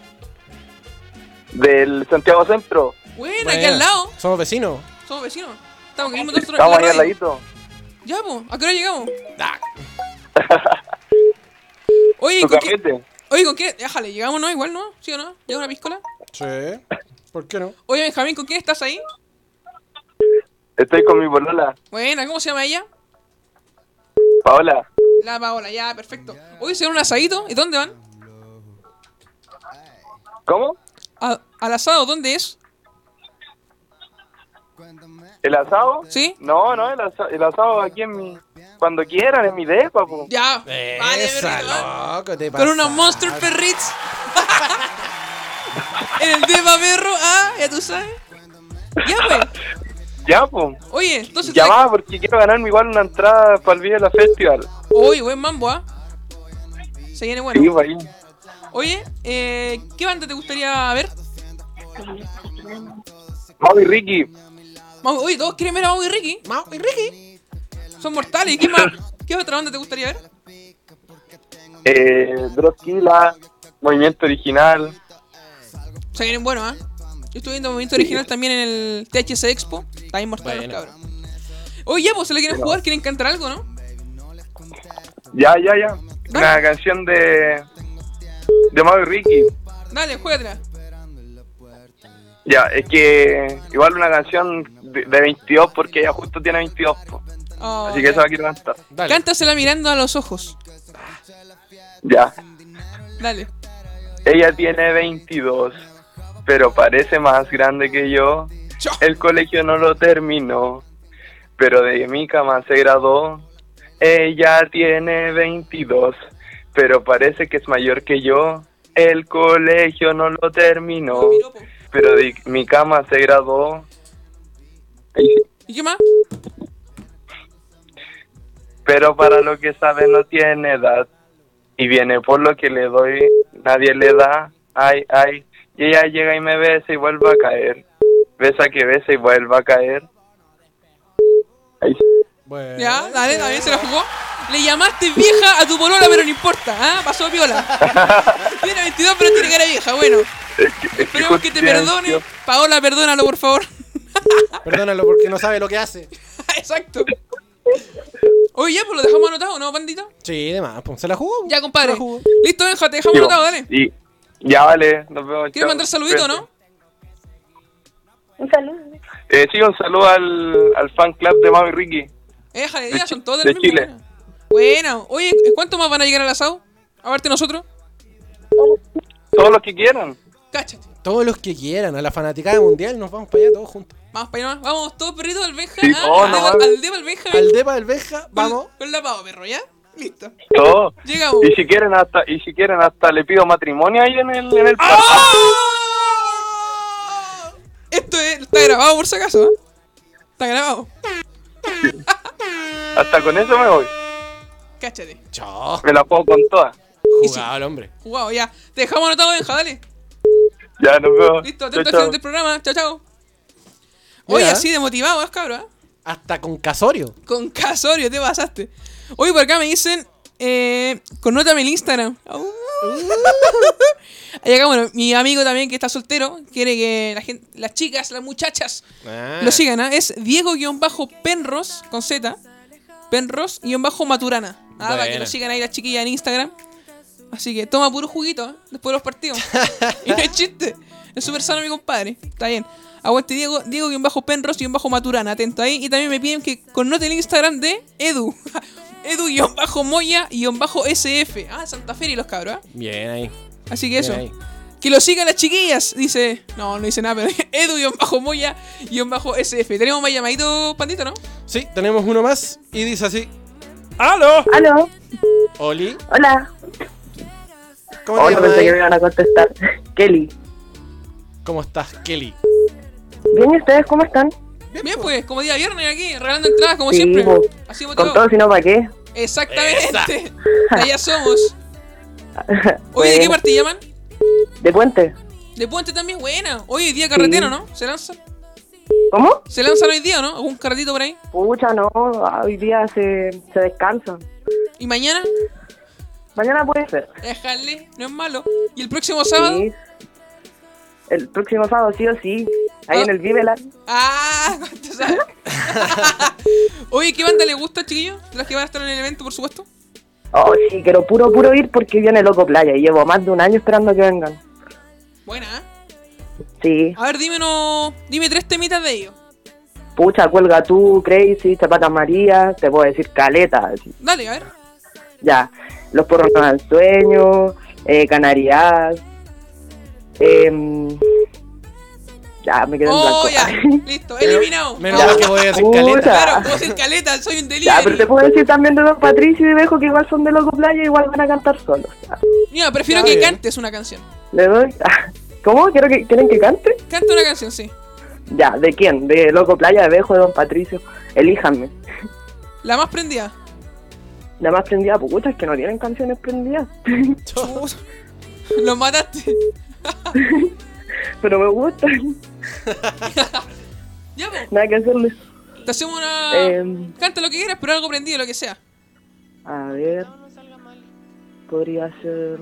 del Santiago Centro. Buena, aquí al lado. Somos vecinos. Somos vecinos. Estamos aquí nosotros en Estamos la ahí al radio. ladito. Ya, po. ¿A qué hora llegamos? Oye, ¿Tu ¿con qué? cajete? Oye, ¿con qué? Déjale, ¿llegamos no? Igual, ¿no? ¿Sí o no? ¿Llega una piscola? Sí. ¿Por qué no? Oye, Benjamín, ¿con quién estás ahí? Estoy con mi polola, Buena, ¿cómo se llama ella? Paola. La Paola, ya, perfecto. Oye, ¿se dan un asadito? ¿Y dónde van? ¿Cómo? ¿Al asado? ¿Dónde es? ¿El asado? ¿Sí? No, el asado aquí en mi... Cuando quieran, en mi depa, po. Ya. Vale, Esa, perrito, ¿eh? loco, te Con unos pasaste. Monster Perrits. En el Deva Perro, ya tú sabes. Ya, pues. Ya, po. Oye, entonces... Llamaba porque quiero ganarme igual una entrada para el Vive la Festival. Oye, buen mambo, Se viene bueno. Sí, pa' ahí. Oye, ¿qué banda te gustaría ver? Mau y Ricky. Oye, todos quieren ver a Mau y Ricky. Mau y Ricky. Son mortales. ¿Y qué más? ¿Qué otra banda te gustaría ver? Droskila, Movimiento Original. Se vienen buenos, Yo estuve viendo Movimiento Original también en el THC Expo. Está inmortal los Bueno. cabros. Oye, ya, pues se le quieren jugar, quieren cantar algo, ¿no? Ya. Una canción de Mau y Ricky. Dale, juégatela. Ya, es que igual una canción de 22 porque ella justo tiene 22, po. Oh, Así que esa la quiero cantar. Dale. Cántasela mirando a los ojos. Ya. Dale. Ella tiene 22, pero parece más grande que yo. El colegio no lo terminó, pero de mi cama se graduó. Ella tiene 22, pero parece que es mayor que yo. El colegio no lo terminó, pero de mi cama se graduó. ¿Y qué más? Pero para lo que sabe no tiene edad. Y viene por lo que le doy, nadie le da. Ay, ay. Y ella llega y me besa y vuelve a caer. Besa que besa y vuelve a caer. Ay. Bueno. Ya, dale, también se la jugó. Le llamaste vieja a tu polola, pero no importa, pasó piola. Tiene 22, pero tiene cara vieja, bueno. Esperemos que te perdone. Paola, perdónalo, por favor. Perdónalo porque no sabe lo que hace. Exacto. Oye, ya, pues lo dejamos anotado, ¿no, pandita? Sí, demás. Pues, ¿se la jugó? Ya, compadre. Se la jugó. Listo, Benja, te dejamos anotado, dale. Y ya vale, nos vemos. ¿Quieres chao. mandar saludito, no? Un saludo. Sí, un saludo al fan club de Mau y Ricky. Déjale, ya, son todos de del mismo. Chile. Bueno, oye, ¿cuánto más van a llegar al asado? Aparte nosotros. Todos los que quieran. Cáchate. Todos los que quieran, a la fanaticada mundial, nos vamos para allá todos juntos. Vamos para allá, vamos todos perritos al Benja. Sí, Al Deva al Benja. Al depa del Benja, vamos. Con la Pao, perro, ¿ya? Listo. Todos. Llegamos. Y si quieren hasta le pido matrimonio ahí en el parque. Esto está grabado por si acaso, Está grabado. Hasta con eso me voy. Cáchate. Chao. Me la puedo con todas. Jugado el hombre. Jugado, ya. Te dejamos anotado, Benja, dale. Ya, nos vemos. Listo, Chao, atento al chao. final del programa. Chao, chao. Oye, Mira. así de motivado, cabrón, Hasta con Casorio. Con Casorio te pasaste. Oye, por acá me dicen, connótame el Instagram. Y acá, bueno, mi amigo también que está soltero quiere que la gente, las chicas, las muchachas lo sigan, ¿eh? Es Diego-Penros con Z. Penros-Maturana. Para que lo sigan ahí las chiquillas en Instagram. Así que toma puro juguito, ¿eh? Después de los partidos. Y no es chiste. Es súper sano mi compadre. Está bien. Aguante Diego-Penros-Maturana. Atento ahí. Y también me piden que connote el Instagram de Edu. Edu-Moya-SF. Ah, Santa Fe y los cabros, ¿eh? Bien ahí. Así que eso. Bien ahí. Que lo sigan las chiquillas. Dice. No dice nada, pero Edu-Moya-SF. Tenemos más llamaditos, Pandita, ¿no? Sí, tenemos uno más y dice así. ¡Aló! Oli. Hola. ¿Cómo te Hoy llamas? pensé que me iban a contestar. Kelly. ¿Cómo estás, Kelly? Bien, ¿y ustedes cómo están? Bien, pues, como día viernes aquí, regalando entradas como Sí, siempre. po. Así Con motivado. todo, si no, ¿para qué? Exactamente. Allá somos. Oye, ¿de qué parte llaman? ¿De Puente? De Puente también, buena. Hoy día carretero, ¿no? ¿Se lanzan? ¿Cómo? ¿Se lanzan hoy día, no? ¿Algún carretito por ahí? Pucha, no, hoy día se descansa. ¿Y mañana? Mañana puede ser. Déjale, no es malo. ¿Y el próximo sábado? Sí. El próximo sábado, sí o sí. Ahí Ah. en el Viveland. Ah, ¿cuánto sabes? Oye, ¿qué banda le gusta, chiquillo? ¿De las que van a estar en el evento, por supuesto? Oh, sí, quiero puro ir porque viene Loco Playa y llevo más de un año esperando que vengan. Buena, ¿eh? Sí. A ver, dime 3 temitas de ellos. Pucha, Cuelga Tú, Crazy, Chapatas María, te puedo decir Caleta. Así. Dale, a ver. Ya, Los Porros no dan sueño, Canarias. Ya, me quedé en blanco. Oh, ya, listo, eliminado. Menos mal que voy a decir Pucha. caleta. Claro, puedo decir caleta, soy un Ya, delivery. pero te puedo decir también de Don Patricio y de Bejo que igual son de Loco Playa, igual van a cantar solos. Ya, Mira, prefiero Ya, que bien. cantes una canción. le doy. ¿Cómo? ¿Quieren que cante? Canta una canción, sí. Ya, ¿de quién? ¿De Loco Playa, de Bejo, de Don Patricio? Elíjanme. La más prendida. La más prendida, pucha, es que no tienen canciones prendidas. Lo mataste. Pero me gustan. Ya, pues. Nada que hacerle. Te hacemos una. Canta lo que quieras, pero algo prendido, lo que sea. A ver. Podría ser.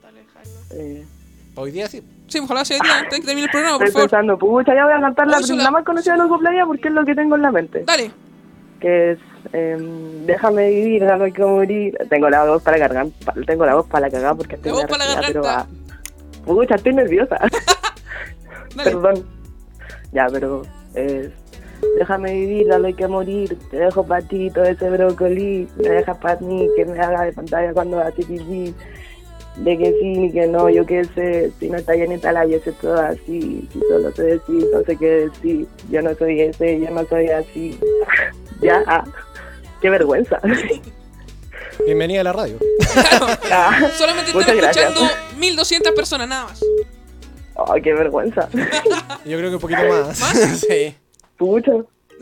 Hoy día sí. Sí, ojalá sea hoy día, antes de que termine el programa, por Estoy favor. pensando, pucha, ya voy a cantar Oh, eso la más conocida de Loco Playa porque es lo que tengo en la mente. Dale. Que es Déjame vivir, no hay que morir. Tengo la voz para cargar, tengo la voz para la cagada porque estoy La voz para la nerviosa, garganta. pero pucha, estoy nerviosa. Dale. Perdón. Ya, pero déjame vivir, no hay que morir. Te dejo para ti todo ese brócoli. Me dejas para mí que me haga de pantalla cuando hace pipí. De que sí ni que no, yo qué sé. Si no está llenita la yo sé todo así. Si solo sé decir, no sé qué decir. Yo no soy ese, yo no soy así. Ya, qué vergüenza. Bienvenida a la radio. Ah, Solamente están muchas gracias. escuchando 1200 personas, nada más. Oh, qué vergüenza. Yo creo que un poquito más. ¿Más? Sí. Pucha.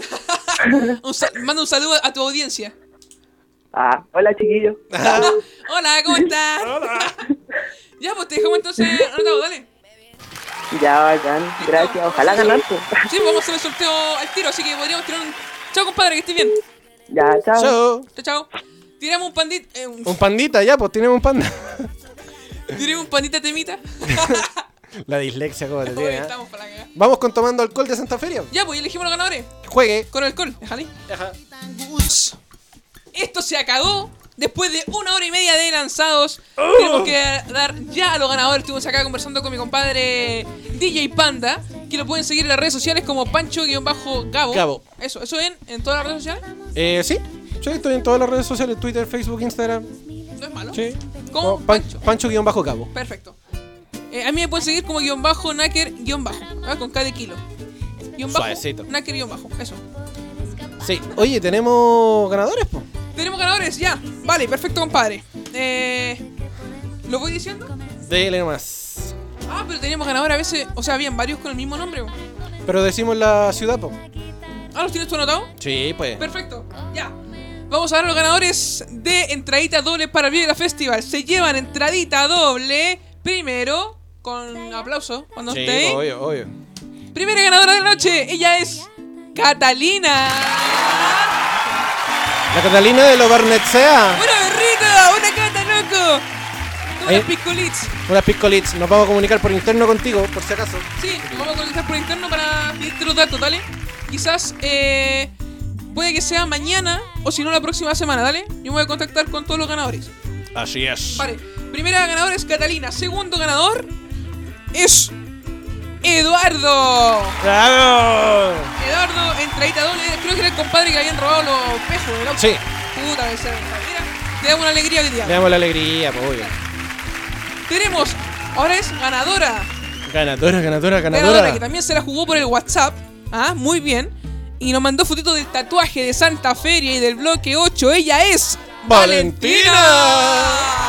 Manda un saludo a tu audiencia. Ah, hola chiquillos. Hola, ¿cómo estás? Hola. Ya, pues te dejamos entonces anotado, dale. Ya, bacán. Gracias. Ojalá ganarte. Sí, pues vamos a hacer el sorteo al tiro, así que podríamos tirar un. Chao, compadre, que estés bien. Ya, chao. Chao. Chao. Tiramos un pandita. Un pandita, ya, pues tenemos un panda. Tiremos un pandita temita. La dislexia, como te Hoy tiene, ¿eh? estamos para la cagada. Vamos con Tomando Alcohol de Santa Feria. Ya, pues elegimos los ganadores. Juegue. Con alcohol, déjale. Ajá. Esto se acabó. Después de 1 hora y media de lanzados, tenemos que dar ya a los ganadores. Estuvimos acá conversando con mi compadre DJ Panda, que lo pueden seguir en las redes sociales como Pancho-Gabo. Gabo. Eso en todas las redes sociales. Sí, estoy en todas las redes sociales, Twitter, Facebook, Instagram. No es malo. Sí. ¿Cómo? Como Pancho-Cabo. Perfecto. A mí me pueden seguir como _Nacker_, con K de kilo. Suavecito. Nacker_, eso. Sí. Oye, tenemos ganadores, po. Tenemos ganadores, ya. Vale, perfecto, compadre. ¿Lo voy diciendo? Dele nomás. Ah, pero teníamos ganadores a veces. O sea, habían varios con el mismo nombre. Pero decimos la ciudad, po. Ah, ¿los tienes tú anotado? Sí, pues. Perfecto, ya. Vamos a ver a los ganadores de entradita doble para el Vive Festival. Se llevan entradita doble. Primero, con aplauso, cuando Sí, esté. obvio. Primera ganadora de la noche, ella es Catalina. La Catalina de los Barnetsea. ¡Una berrita! ¡Una cata, loco! unas piscolits. Unas piscolits. Nos vamos a comunicar por interno contigo, por si acaso. Sí, nos vamos a comunicar por interno para pedirte los datos, ¿dale? Quizás puede que sea mañana o si no la próxima semana, ¿dale? Yo me voy a contactar con todos los ganadores. Así es. Vale, primera ganadora es Catalina. Segundo ganador es Eduardo. ¡Bravo! Eduardo, entradita doble. Creo que era el compadre que habían robado los espejos del auto. Sí. Puta, debe ser. Mira, te damos una alegría hoy día. Le damos la alegría, pues obvio. Tenemos, ahora es ganadora. Ganadora. Que también se la jugó por el WhatsApp. Ah, muy bien. Y nos mandó fotitos del tatuaje de Santa Feria y del bloque 8. Ella es ¡Valentina!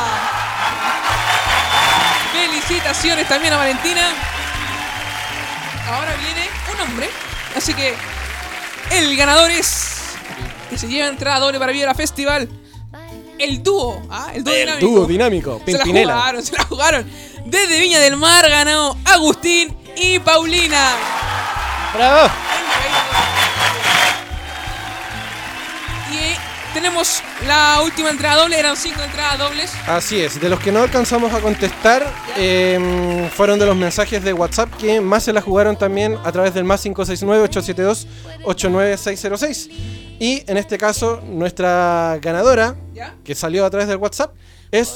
Felicitaciones también a Valentina. Ahora viene un hombre. Así que el ganador es, que se lleva entrada doble para Vive la Festival, el dúo. El dúo dinámico. Pimpinela. Se la jugaron. Desde Viña del Mar ganó Agustín y Paulina. ¡Bravo! Y tenemos la última entrada doble. Eran 5 entradas dobles. Así es, de los que no alcanzamos a contestar fueron de los mensajes de WhatsApp que más se la jugaron también a través del más 569-872-89606. Y en este caso, nuestra ganadora, que salió a través del WhatsApp, es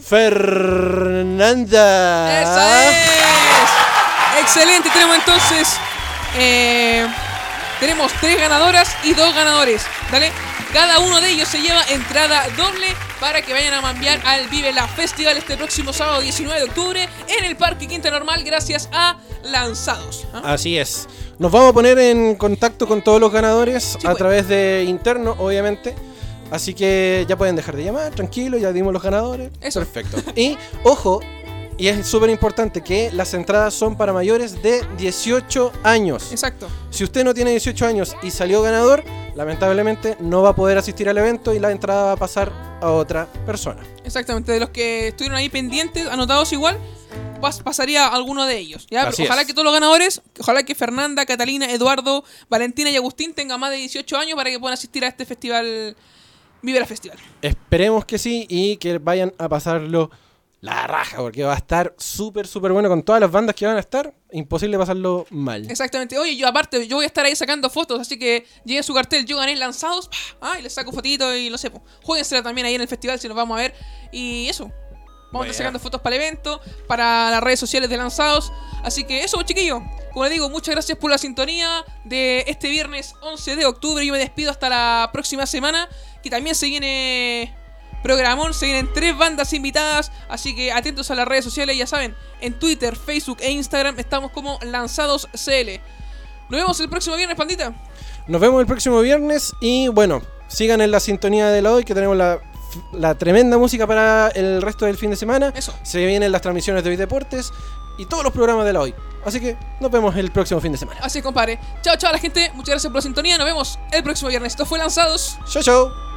Fernanda. ¡Esa es! Excelente, tenemos entonces tenemos 3 ganadoras y 2 ganadores, ¿vale? Cada uno de ellos se lleva entrada doble para que vayan a mambear al Vive la Festival este próximo sábado 19 de octubre en el Parque Quinta Normal gracias a Lanzados. Así es. Nos vamos a poner en contacto con todos los ganadores a través de interno, obviamente. Así que ya pueden dejar de llamar, tranquilo, ya dimos los ganadores. Eso. Perfecto. Y, ojo, y es súper importante que las entradas son para mayores de 18 años. Exacto. Si usted no tiene 18 años y salió ganador, lamentablemente no va a poder asistir al evento y la entrada va a pasar a otra persona. Exactamente, de los que estuvieron ahí pendientes, anotados igual, pasaría a alguno de ellos. ¿Ya? Ojalá que todos los ganadores, ojalá que Fernanda, Catalina, Eduardo, Valentina y Agustín tengan más de 18 años para que puedan asistir a este festival, Vive la Festival. Esperemos que sí y que vayan a pasarlo la raja, porque va a estar súper, súper bueno con todas las bandas que van a estar. Imposible pasarlo mal. Exactamente. Oye, yo voy a estar ahí sacando fotos, así que llegue su cartel, yo gané Lanzados, y les saco fotitos y no sé, juéguensela también ahí en el festival si nos vamos a ver. Y eso, vamos a estar sacando fotos para el evento, para las redes sociales de Lanzados. Así que eso, chiquillos. Como les digo, muchas gracias por la sintonía de este viernes 11 de octubre. Yo me despido hasta la próxima semana, que también se viene programón, se vienen 3 bandas invitadas, así que atentos a las redes sociales, ya saben, en Twitter, Facebook e Instagram estamos como Lanzados CL. Nos vemos el próximo viernes, pandita. Nos vemos el próximo viernes y bueno, sigan en la sintonía de la hoy, que tenemos la tremenda música para el resto del fin de semana. Eso. Se vienen las transmisiones de Hoy Deportes y todos los programas de la hoy. Así que nos vemos el próximo fin de semana. Así es, compadre. Chao, chao a la gente, muchas gracias por la sintonía, nos vemos el próximo viernes. Esto fue Lanzados. Chao, chao.